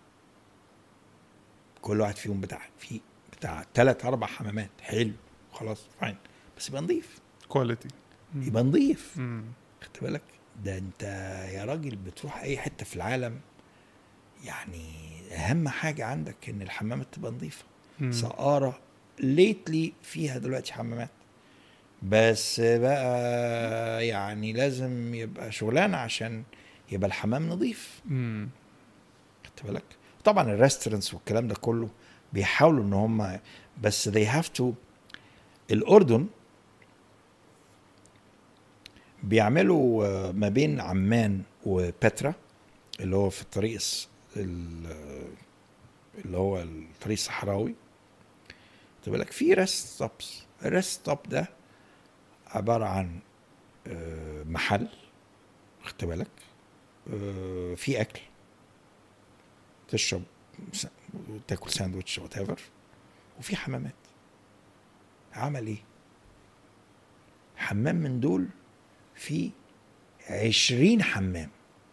كل واحد فيهم بتاع في بتاع ثلاث اربع حمامات، حلو خلاص فاين، بس يبقى نظيف، كواليتي. يبقى نظيف، مم. خدت بالك. ده انت يا راجل بتروح اي حته في العالم، يعني اهم حاجه عندك ان الحمامات تبقى نظيفه. مم. سقاره ليتلي فيها دلوقتي حمامات، بس بقى يعني لازم يبقى شغلانه عشان يبقى الحمام نظيف، مم. خدت بالك. طبعا الريستورانتس والكلام ده كله بيحاولوا ان هم، بس they have to. الاردن بيعملوا آه، ما بين عمان وبترا اللي هو في الطريق الس- ال- اللي هو الطريق الصحراوي، خد بالك، في ريست ستوبس. الريست ستوب ده عبارة عن آه، محل، خد بالك، آه، في اكل، تشرب، تاكل ساندويتش وات ايفر، وفي حمامات. عمل ايه؟ حمام من دول في عشرين حمام.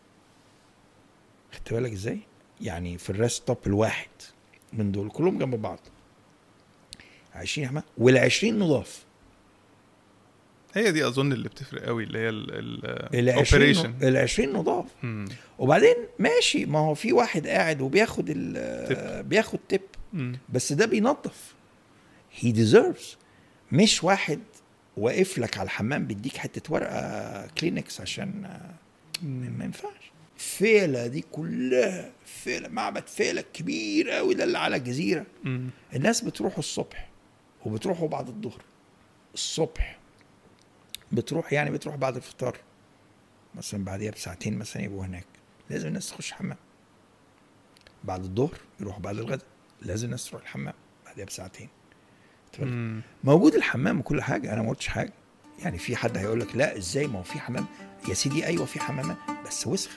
خدت بالك ازاي؟ يعني في الريست ستوب الواحد من دول كلهم جنب بعض عشرين حمام، والعشرين نضاف. هي دي اظن اللي بتفرق قوي، اللي هي العشرين العشرين نضاف. وبعدين ماشي، ما هو في واحد قاعد وبياخد ال بياخد تip، بس ده بينظف. he deserves. مش واحد واقف لك على الحمام بيديك حتة ورقة كلينكس عشان ما ينفعش. فيلة دي كلها فيلة، معبد فيلة كبير قوي ده اللي على الجزيرة. مم. الناس بتروحوا الصبح وبتروحوا بعد الظهر. الصبح بتروح يعني بتروح بعد الفطار مثلا، بعديها بساعتين مثلا يبقوا هناك، لازم الناس تخش حمام. بعد الظهر يروحوا بعد الغداء، لازم الناس تروح الحمام بعديها بساعتين. موجود الحمام وكل حاجة، أنا ما قلتش حاجة. يعني في حد هيقول لك لا ازاي، ما هو في حمام يا سيدي. ايوه في حمامات بس وسخ.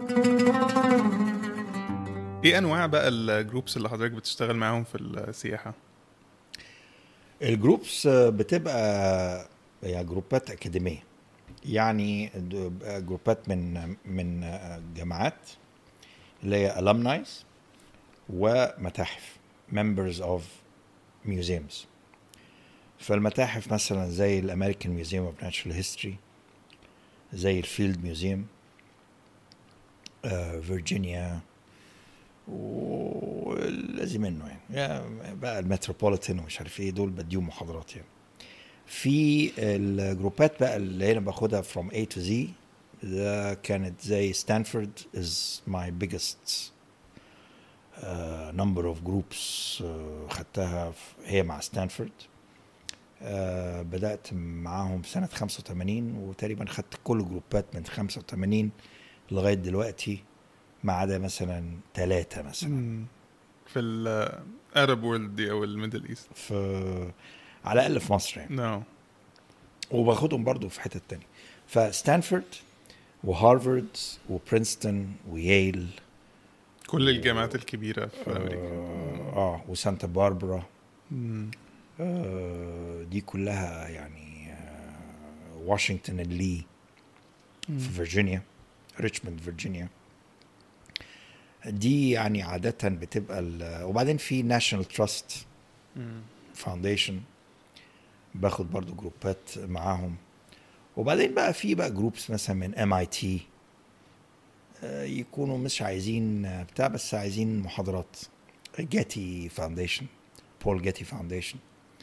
ايه انواع بقى الجروبس اللي حضرتك بتشتغل معاهم في السياحة؟ الجروبس بتبقى هي جروبات أكاديمية، يعني جروبات من من جامعات اللي هي alumni ومتاحف members of museums. فالمتاحف مثلا زي الامريكان ميوزيوم اوف ناتشرال هيستوري، زي الفيلد ميوزيوم فيرجينيا، والذي منه يعني, يعني بقى المتروبوليتان ومش عارف ايه، دول بديهم محاضرات يعني. في الجروبات بقى اللي انا باخدها from A to Z، ده كانت زي ستانفورد is my biggest uh, number of groups uh, خدتها هي مع ستانفورد. uh, بدأت معاهم سنة خمسة وثمانين، وتقريبا خدت كل جروبات من خمسة وثمانين لغاية دلوقتي، ما عدا مثلا ثلاثة مثلا في العرب وورلد دي او الميدل ايست، في على الأقل في مصر يعني. no. وباخدهم برضو في حتة تانية، فستانفورد وهارفارد وبرينستون وييل، كل الجامعات و... الكبيرة في آه أمريكا. آه وسانتا باربرا. آه دي كلها يعني. آه واشنطن اللي في فيرجينيا، ريتشموند فيرجينيا، دي يعني عادة بتبقى. وبعدين في ناشونال تراست فاونديشن باخد برضو جروبات معاهم. وبعدين بقى في بقى جروبس مثلا من ام اي تي يكونوا مش عايزين بتاع، بس عايزين محاضرات. جاتي فاونديشن، بول جاتي فاونديشن،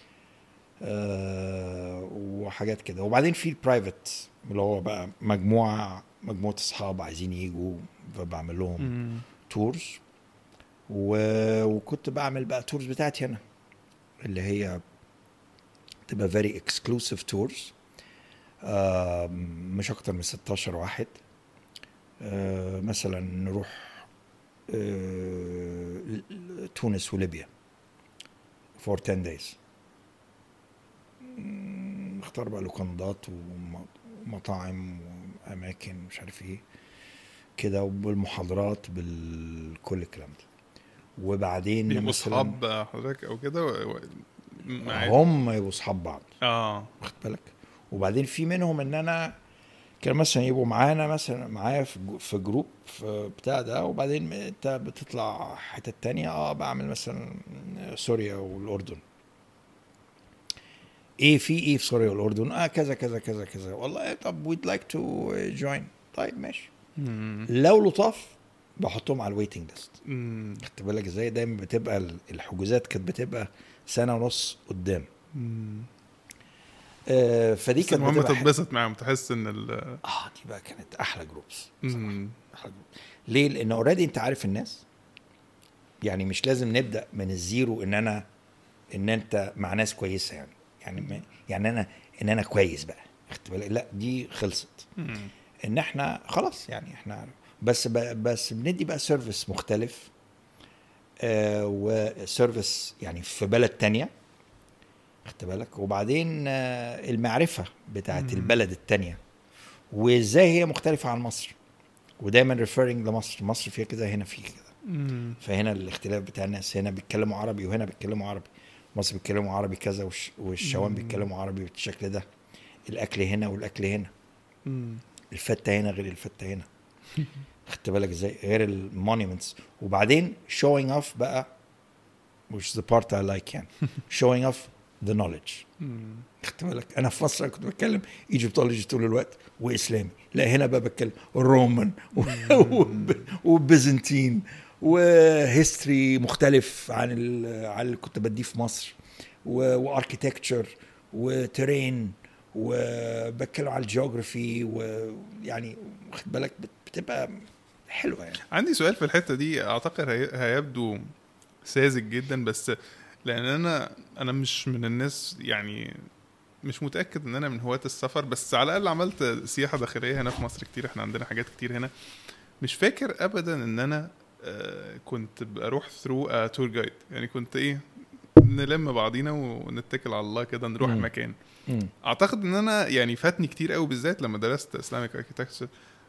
أه وحاجات كده. وبعدين في البرايفت اللي هو بقى مجموعة مجموعة اصحاب عايزين يجوا، فبعمل لهم مم. تورز. و... وكنت بعمل بقى تورز بتاعتي انا اللي هي تبقى very exclusive tours، آه مش اكتر من ستاشر واحد. آه مثلا نروح آه تونس وليبيا for ten days، نختار بقى لوكندات ومطاعم واماكن مش عارف ايه كده، وبالمحاضرات بالكل الكلام ده. وبعدين بيبقوا اصحاب حضرتك او كده و... هم يبقوا اصحاب بعض، اه واخد بالك. وبعدين في منهم ان انا كان مثلا يبقوا معانا مثلا معايا في جروب في بتاع ده، وبعدين انت بتطلع حتة تانية. اه بعمل مثلا سوريا والاردن. ايه في ايه في سوريا والاردن؟ اه كذا كذا كذا كذا. والله طب we'd like to join. طيب ماشي. لو لطاف بحطهم على الويتنج ليست. خدت بالك ازاي؟ دايما بتبقى الحجوزات كانت بتبقى سنة ونص قدام. آه فدي كانت المهم تتبسط معاهم، تحس ان ال اه دي بقى كانت احلى جروبس احلى جروب. ليه؟ لان اوريدي انت عارف الناس، يعني مش لازم نبدا من الزيرو ان انا ان انت مع ناس كويسه يعني يعني يعني انا ان انا كويس بقى. خدت بالك؟ لا دي خلصت. مم. ان احنا خلاص يعني احنا بس بس بندي بقى سيرفيس مختلف، آه وسيرفيس يعني في بلد تانية. خدت بالك؟ وبعدين المعرفة بتاعت البلد التانية وازاي هي مختلفة عن مصر، ودايما referring لمصر. مصر فيها كده، هنا فيه كده. مم. فهنا الاختلاف بتاع الناس، هنا بيتكلموا عربي وهنا بيتكلموا عربي. مصر بيتكلموا عربي كذا والش... والشوام مم. بيتكلموا عربي بالشكل ده. الاكل هنا والاكل هنا. مم. الفته هنا غير الفته هنا. خدت بالك ازاي؟ غير المونيومنتس. وبعدين showing off بقى which is the part I like يعني showing off the knowledge. مم. خدت بالك؟ انا في مصر كنت بتكلم ايجيبتولوجي طول الوقت واسلامي، لا هنا بقى بتكلم الرومان وبيزنطين وهيستوري مختلف عن عن اللي كنت بديه في مصر، واركيتكتشر وترين، وبتكلم على الجيوغرافي، ويعني خد بالك بتبقى حلوه يعني. عندي سؤال في الحته دي، اعتقد هي- هيبدو ساذج جدا، بس لان انا انا مش من الناس، يعني مش متاكد ان انا من هواة السفر، بس على الاقل عملت سياحه داخليه هنا في مصر كتير. احنا عندنا حاجات كتير هنا. مش فاكر ابدا ان انا آه، كنت بروح ثرو تور جايد. يعني كنت ايه، نلم بعضينا ونتكل على الله كده نروح مم. مكان. مم. اعتقد ان انا يعني فاتني كتير قوي، بالذات لما درست اسلامك اركيتكتشر.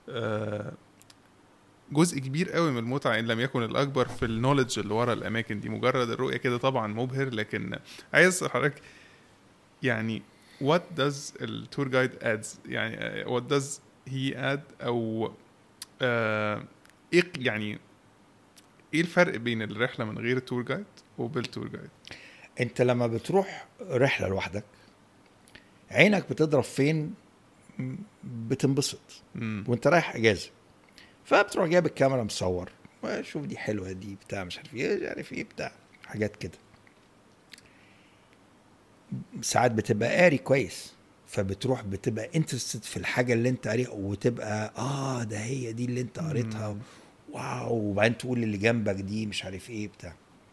جزء كبير قوي من المتعه ان لم يكن الاكبر في النوليدج اللي ورا الاماكن دي. مجرد الرؤيه كده طبعا مبهر، لكن عايز حضرتك يعني what does the tour guide adds، يعني what does he add، او آه ايه يعني ايه الفرق بين الرحله من غير التور جايد وبالتور جايد؟ انت لما بتروح رحله لوحدك عينك بتضرب فين؟ بتنبسط. مم. وانت رايح اجازه، فبتروح جايب الكاميرا مصور، وشوف دي حلوه دي بتاع مش عارف ايه مش عارف ايه بتاع حاجات كده. ساعات بتبقى قاري كويس، فبتروح بتبقى انترستد في الحاجه اللي انت قاريها، وتبقى اه ده هي دي اللي انت قريتها. مم. واو. وبعدين تقول اللي جنبك دي مش عارف ايه بتاع.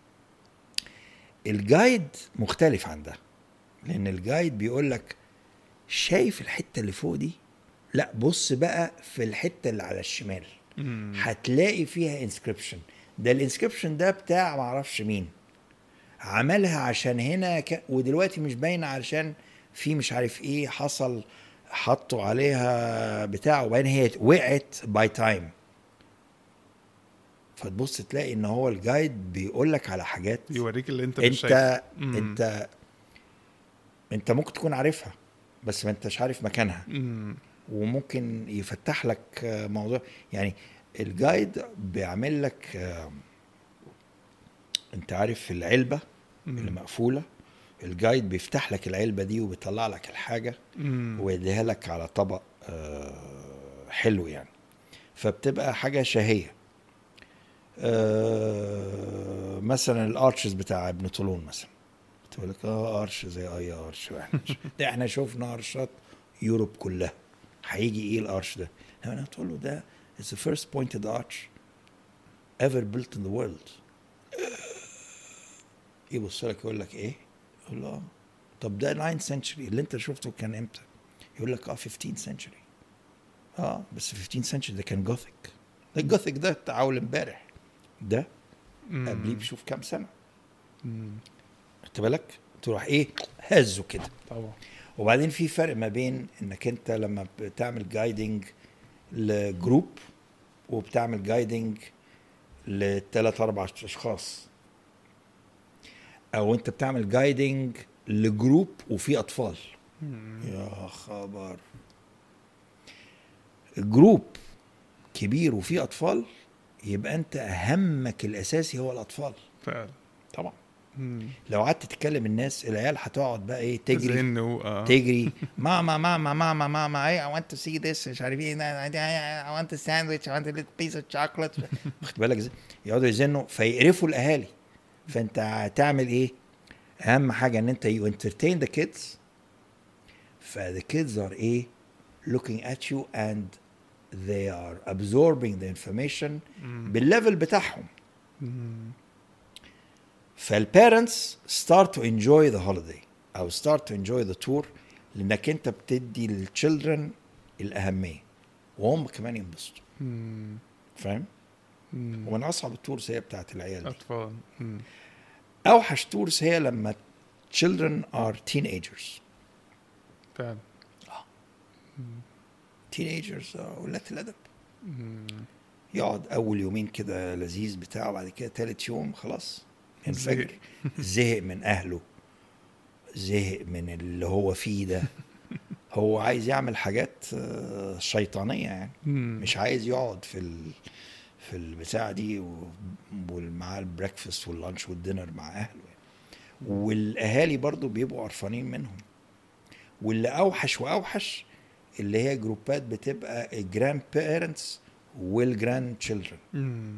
الجايد مختلف عن ده، لان الجايد بيقول لك شايف الحته اللي فوق دي؟ لا بص بقى في الحته اللي على الشمال، مم. هتلاقي فيها انسكريبشن. ده الانسكريبشن ده بتاع معرفش مين عملها عشان هنا ك... ودلوقتي مش باينه علشان في مش عارف ايه حصل، حطوا عليها بتاع، وبعدين هي وقعت باي تايم. فتبص تلاقي ان هو الجايد بيقول لك على حاجات يوريك اللي انت مش انت شايفه. مم. انت انت ممكن تكون عارفها بس ما انتش عارف مكانها. مم. وممكن يفتح لك موضوع. يعني الجايد بيعمل لك، انت عارف العلبة اللي مقفولة، الجايد بيفتح لك العلبة دي وبيطلع لك الحاجة ويديها لك على طبق حلو يعني، فبتبقى حاجة شهية. مثلا الارشز بتاع ابن طولون مثلا، بتقول لك اه ارش زي اي ارش. ده احنا شوفنا ارشات يوروب كلها، هيجي ايه الارش ده؟ انا تقول له ده is the first pointed arch ever built in the world. يبص لك يقول لك ايه؟ يقول له طب ده ninth century اللي انت شفته كان امتى؟ يقول لك اه fifteenth century. اه بس fifteenth century ده كان جوثيك. ده الجوثيك ده تعاول امبارح، ده قبليه بشوف كام سنه. خدت بالك؟ تروح ايه هزه كده طبعا. وبعدين في فرق ما بين انك انت لما بتعمل جايدنج لجروب وبتعمل جايدنج لثلاث اربع اشخاص، او انت بتعمل جايدنج لجروب وفي اطفال. يا خبر، الجروب كبير وفي اطفال، يبقى انت همك الاساسي هو الاطفال. فعلا طبعا. مم. لو قعدت تتكلم الناس، العيال هتقعد بقى ايه تجري زنه آه. تجري ماما ماما ماما ماما اي I want to see this مش عارف ايه I want a sandwich I want a little piece of chocolate. واخد بالك ازاي؟ يقعدوا يزنوا فيقرفوا الاهالي. فانت هتعمل ايه؟ اهم حاجه ان انت you entertain the kids. ف the kids are ايه looking at you and they are absorbing the information بالليفل بتاعهم. فالبارنتس start to enjoy the holiday او start to enjoy the tour، لانك انت بتدي للchildren الاهميه وهم كمان ينبسطوا. فاهم؟ ومن اصعب التورز هي بتاعت العيال دي. اطفال. اوحش تورز هي لما children are teenagers. فعلا. teenagers ولاد الادب. مم. يقعد اول يومين كده لذيذ بتاعه، بعد كده تالت يوم خلاص ينفجر. زهق من اهله، زهق من اللي هو فيه ده. هو عايز يعمل حاجات آه، شيطانية يعني. مم. مش عايز يقعد في ال... في البتاع دي ومع البريكفاست واللانش والدينر مع اهله يعني. والاهالي برضو بيبقوا قرفانين منهم. واللي اوحش واوحش اللي هي جروبات بتبقى الجراند بيرنتس والجراند تشيلدرن. مم.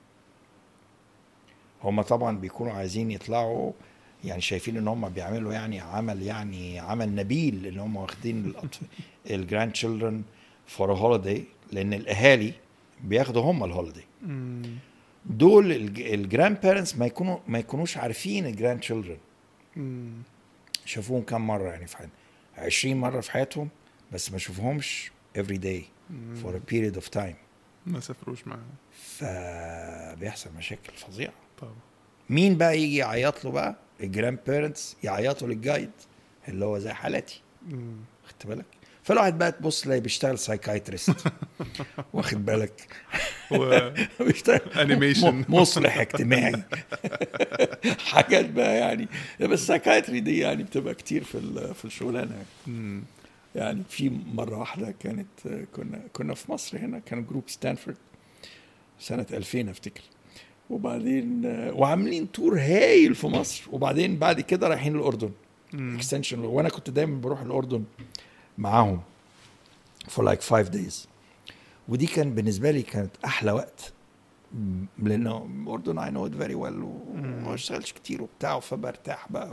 هم طبعا بيكونوا عايزين يطلعوا يعني شايفين ان هم بيعملوا يعني عمل يعني عمل نبيل ان هم واخدين الاطفال الجراند تشيلدرن فور هوليداي، لان الاهالي بياخدوا هم الهوليداي. مم. دول الجراند بيرنتس ما يكونوا ما يكونوش عارفين الجراند تشيلدرن. مم. شافوهم كم مره يعني في حياتهم؟ عشرين مره في حياتهم، بس ما شوفهمش every day for a period of time. ما سافروش معاهم، فبيحصل مشاكل فظيعه. طبعا. مين بقى يجي يعيط له بقى؟ الجراند بيرنتس يعيطوا للجايد اللي هو زي حالتي. مم. خدت بالك؟ فالواحد بقى تبص لا بيشتغل سايكايتريست واخد بالك و بيشتغل انيميشن مصلح اجتماعي حاجات بقى يعني. بس السايكايتري دي يعني بتبقى كتير في في الشغلانه يعني. مم. يعني في مره واحده كانت كنا كنا في مصر هنا، كان جروب ستانفورد سنه ألفين افتكر، وبعدين وعاملين تور هايل في مصر، وبعدين بعد كده رايحين الاردن اكستنشن. وانا كنت دايما بروح الاردن معاهم for like five days. ودي كان بالنسبه لي كانت احلى وقت، لانه الاردن I know it very well وما اشتغلش كتير وبتاع، فبرتاح بقى.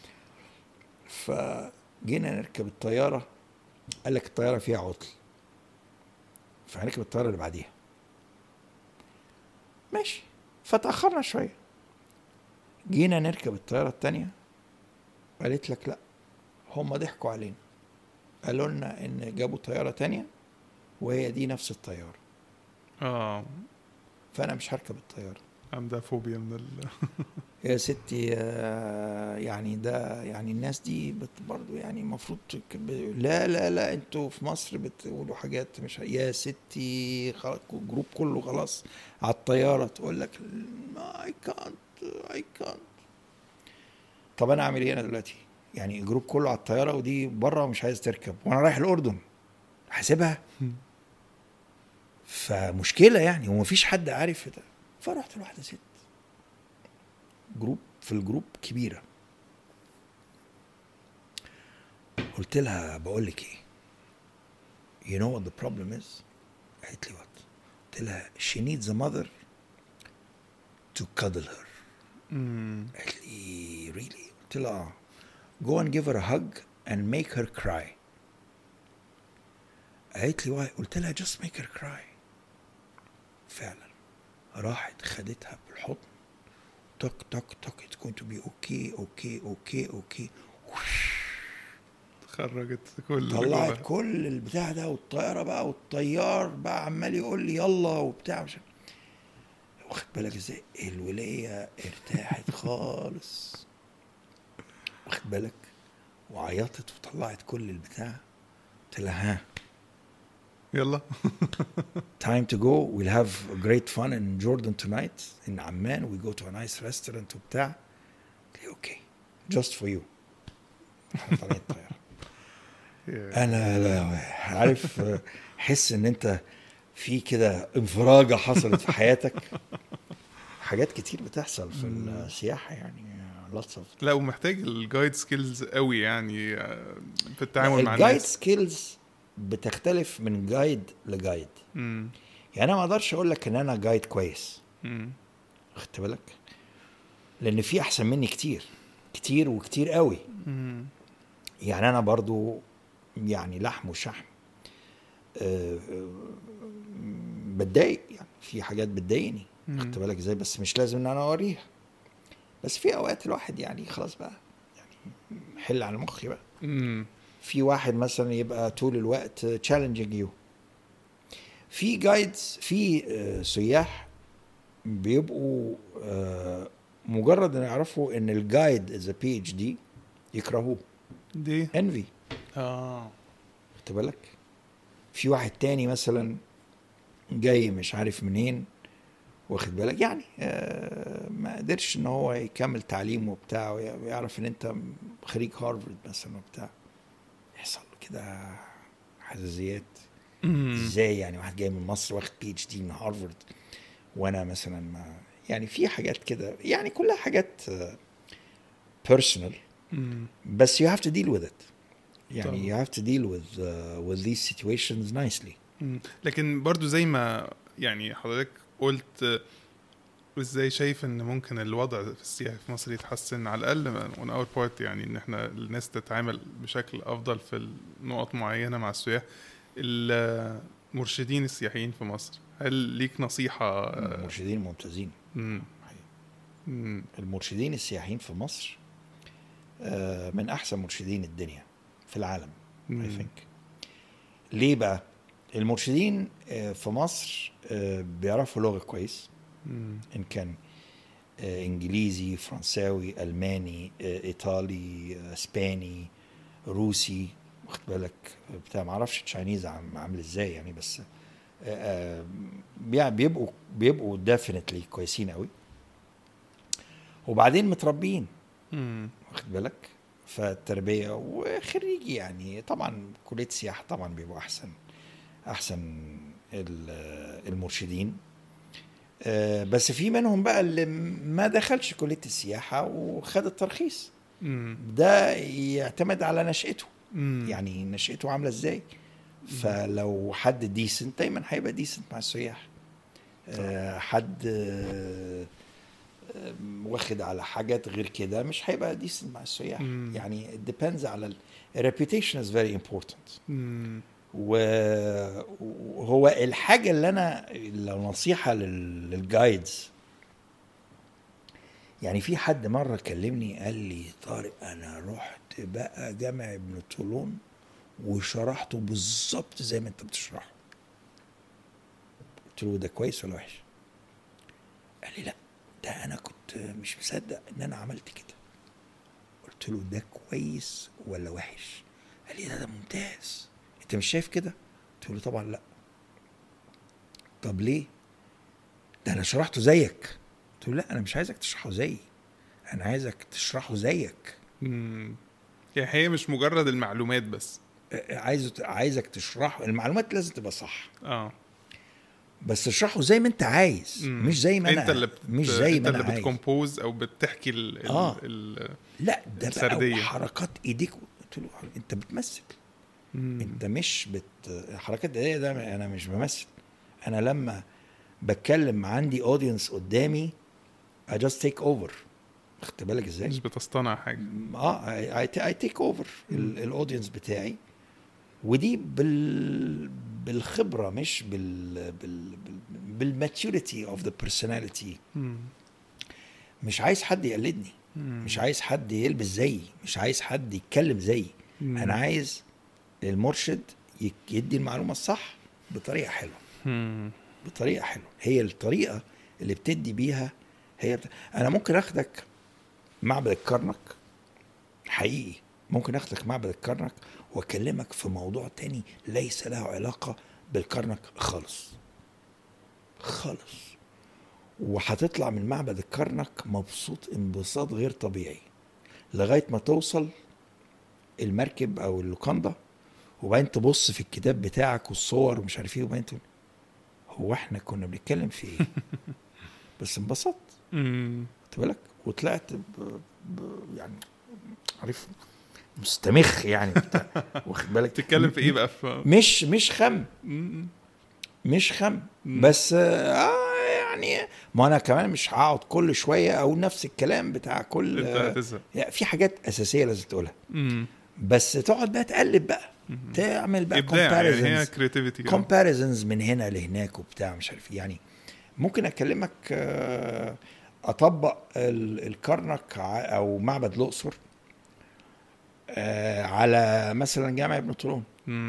فجينا نركب الطياره، قال لك الطياره فيها عطل، فهنركب الطياره اللي بعديها. ماشي، فتاخرنا شويه. جينا نركب الطياره الثانيه، قالت لك لا هم ضحكوا علينا، قالوا لنا ان جابوا طياره تانية وهي دي نفس الطياره. اه فانا مش هركب الطياره. عندها فوبيا من ال يا ستي آه، يعني ده يعني الناس دي برضو يعني المفروض لا لا لا انتوا في مصر بتقولوا حاجات مش يا ستي. خلاص الجروب كله خلاص على الطياره، تقول لك I can't I can't. طب انا اعمل ايه انا دلوقتي؟ يعني الجروب كله على الطياره ودي بره ومش عايز تركب، وانا رايح الاردن حاسبها. فمشكله يعني ومفيش حد عارف ده. فرحت لواحده ست جروب في الجروب كبيره، قلت لها بقول لك ايه، you know what the problem is؟ قالت لي what؟ قلت لها she needs a mother to cuddle her. قالت لي really؟ قلت لها go and give her a hug and make her cry. قالت لي why؟ قلت لها just make her cry. فعلا راحت خدتها بالحضن، تك تك تك it's going to be okay okay okay okay. خرجت كل طلعت كل البتاع ده، والطياره بقى والطيار بقى عمال يقول لي يلا وبتاع مش واخد بالك ازاي. الوليه ارتاحت خالص واخد بالك، وعيطت وطلعت كل البتاع. قلت لها ها يلا time to go, we'll have a great fun in Jordan tonight in Amman, we go to a nice restaurant وبتاع. okay just for you. طلعت الطياره. انا لا عارف حس ان انت في كده انفراجه حصلت في حياتك. حاجات كتير بتحصل في السياحه يعني lots of. لا ومحتاج الجايد سكيلز قوي يعني في التعامل مع الناس. الجايد سكيلز بتختلف من جايد لجايد. امم يعني انا ما اقدرش اقول لك ان انا جايد كويس، امم خدت بالك، لان في احسن مني كتير كتير وكتير قوي. امم يعني انا برضو يعني لحم وشحم أه بتضايق، يعني في حاجات بتضايقني خدت بالك ازاي، بس مش لازم ان انا اوريها. بس في اوقات الواحد يعني خلاص بقى يعني حل على مخي بقى. امم في واحد مثلا يبقى طول الوقت challenging you. في جايدز في آه سياح بيبقوا آه مجرد ان يعرفوا ان الجايد از بي اتش دي يكرهوه دي envy. اه خدت بالك. في واحد تاني مثلا جاي مش عارف منين، واخد بالك يعني آه ما قدرش ان هو يكمل تعليمه وبتاع، ويعرف ان انت خريج هارفارد مثلا وبتاع، يحصل له كده حساسيات. ازاي يعني واحد جاي من مصر واخد بي اتش دي من هارفارد وانا مثلا ما، يعني في حاجات كده يعني كلها حاجات بيرسونال، بس you have to deal with it يعني طبعا. you have to deal with uh, with these situations nicely. لكن برضو زي ما يعني حضرتك قلت، ازاي شايف ان ممكن الوضع في السياحة في مصر يتحسن على الاقل on our part، يعني ان احنا الناس تتعامل بشكل افضل في النقط معينة مع السياح. المرشدين السياحيين في مصر، هل ليك نصيحة؟ المرشدين ممتازين. مم. مم. المرشدين السياحيين في مصر من احسن مرشدين الدنيا في العالم. مم. I think. ليه بقى؟ المرشدين في مصر بيعرفوا لغة كويس، مم. ان كان انجليزي، فرنساوي، الماني، ايطالي، اسباني، روسي، واخد بالك بتاع، ما اعرفش تشاينيز عامل ازاي يعني، بس بيبقوا بيبقوا ديفينتلي كويسين قوي، وبعدين متربيين، واخد بالك، فالتربيه وخريجي يعني طبعا كليه السياحه طبعا بيبقوا احسن احسن المرشدين. بس في منهم بقى اللي ما دخلش كليه السياحه وخد الترخيص، ده يعتمد على نشأته، يعني نشأته عامله ازاي. فلو حد ديسنت دايما هيبقى ديسنت مع السياح. أه حد أه واخد على حاجات غير كده مش هيبقى ديسنت مع السياح. مم. يعني it depends على ال reputation is very important. مم. وهو الحاجة اللي أنا لو نصيحة للجايدز، يعني في حد مرة كلمني قال لي طارق أنا رحت بقى جامع ابن طولون وشرحته بالظبط زي ما انت بتشرحه. قلت له ده كويس ولا وحش؟ قال لي لا ده انا كنت مش مصدق ان انا عملت كده. قلت له ده كويس ولا وحش؟ قال لي ده ده ممتاز، انت مش شايف كده؟ قلت له طبعا لا. طب ليه؟ ده انا شرحته زيك. قلت له لا انا مش عايزك تشرحه زيي، انا عايزك تشرحه زيك. امم يعني هي مش مجرد المعلومات بس، عايز عايزك تشرحه، المعلومات لازم تبقى صح اه بس اشرحه زي ما انت عايز، مم. مش زي ما انا انت اللي بت... مش زي انت ما انا اللي بتكمبوز او بتحكي ال... آه. ال... لا ده بقى حركات ايديك. قلت له انت بتمثل، مم. انت مش بت حركات ايديا ده انا مش بمثل. انا لما بتكلم عندي اودينس قدامي I just take over، خدت بالك ازاي؟ مش بتصطنع حاجه. اه I, I take over الاودينس بتاعي، ودي بال بالخبره مش بال بال بالماتيوريتي اوف ذا بيرسوناليتي. مش عايز حد يقلدني، مم. مش عايز حد يلبس زيي، مش عايز حد يتكلم زيي. مم. انا عايز المرشد يدي المعلومه الصح بطريقه حلوه، مم. بطريقه حلوه. هي الطريقه اللي بتدي بيها هي بت... انا ممكن اخدك معبد الكرنك حقيقي، ممكن اخدك معبد الكرنك واكلمك في موضوع تاني ليس له علاقه بالكرنك خالص خالص، وهتطلع من معبد الكرنك مبسوط انبساط غير طبيعي لغايه ما توصل المركب او اللوكاندا، وبعدين تبص في الكتاب بتاعك والصور ومش عارف ايه، وبعدين تقول هو احنا كنا بنتكلم في ايه؟ بس انبسطت، خدت بالك، وطلعت ب... ب... يعني عارف مستمخ يعني واخد بالك تتكلم في ايه بقى؟ في... مش مش خم مش خم بس آه يعني ما انا كمان مش هقعد كل شويه او نفس الكلام بتاع كل انت آه يعني في حاجات اساسيه لازم تقولها، بس تقعد بقى تقلب بقى، تعمل بقى comparisons، يعني هي creativity، comparisons من هنا لهناك وبتاع مش عارف يعني. ممكن اكلمك آه اطبق الكرنك او معبد الاقصر آه على مثلا جامع ابن طولون.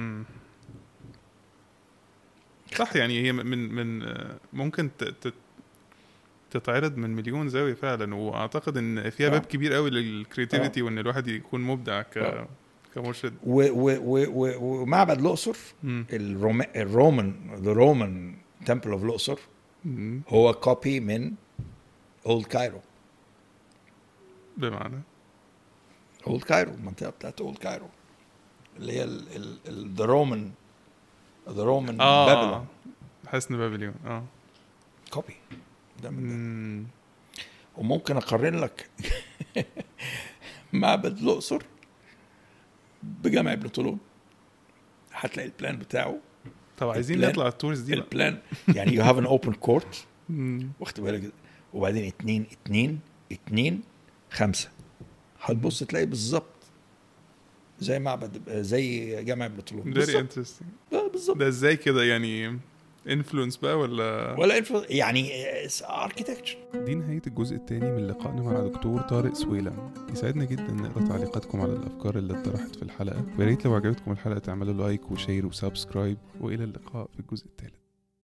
صح، يعني هي من من ممكن تتعرض من مليون زاويه فعلا، واعتقد ان فيها باب كبير قوي للكرياتيفيتي، وان الواحد يكون مبدع ك كمرشد. ومعبد الاقصر الرومان الرومان تمبل اوف الاقصر مم. هو كوبي من اولد كايرو. بمعنى اولد كايرو المنطقه بتاعت اولد كايرو اللي هي ذا رومان ذا رومان بابلون، حسن بابليون. اه كوبي ده من ده. مم. وممكن اقارن لك معبد الاقصر بجامع ابن طولون، هتلاقي البلان بتاعه. طب عايزين البلان- نطلع التورز دي بقى. البلان يعني يو هاف ان اوبن كورت، مم. واخد بالك، وبعدين اتنين اتنين اتنين خمسة، هتبص تلاقي بالظبط زي معبد زي جامع ابن طولون very بالظبط. interesting. آه، بالظبط. ده ازاي كده يعني انفلونس بقى ولا ولا انفو يعني اركيتكتشر. دي نهاية الجزء الثاني من لقائنا مع دكتور طارق سويلم. يسعدنا جدا نقرأ تعليقاتكم على الأفكار اللي اتطرحت في الحلقة، ويا ريت لو عجبتكم الحلقة تعملوا لايك وشير وسبسكرايب، وإلى اللقاء في الجزء الثالث.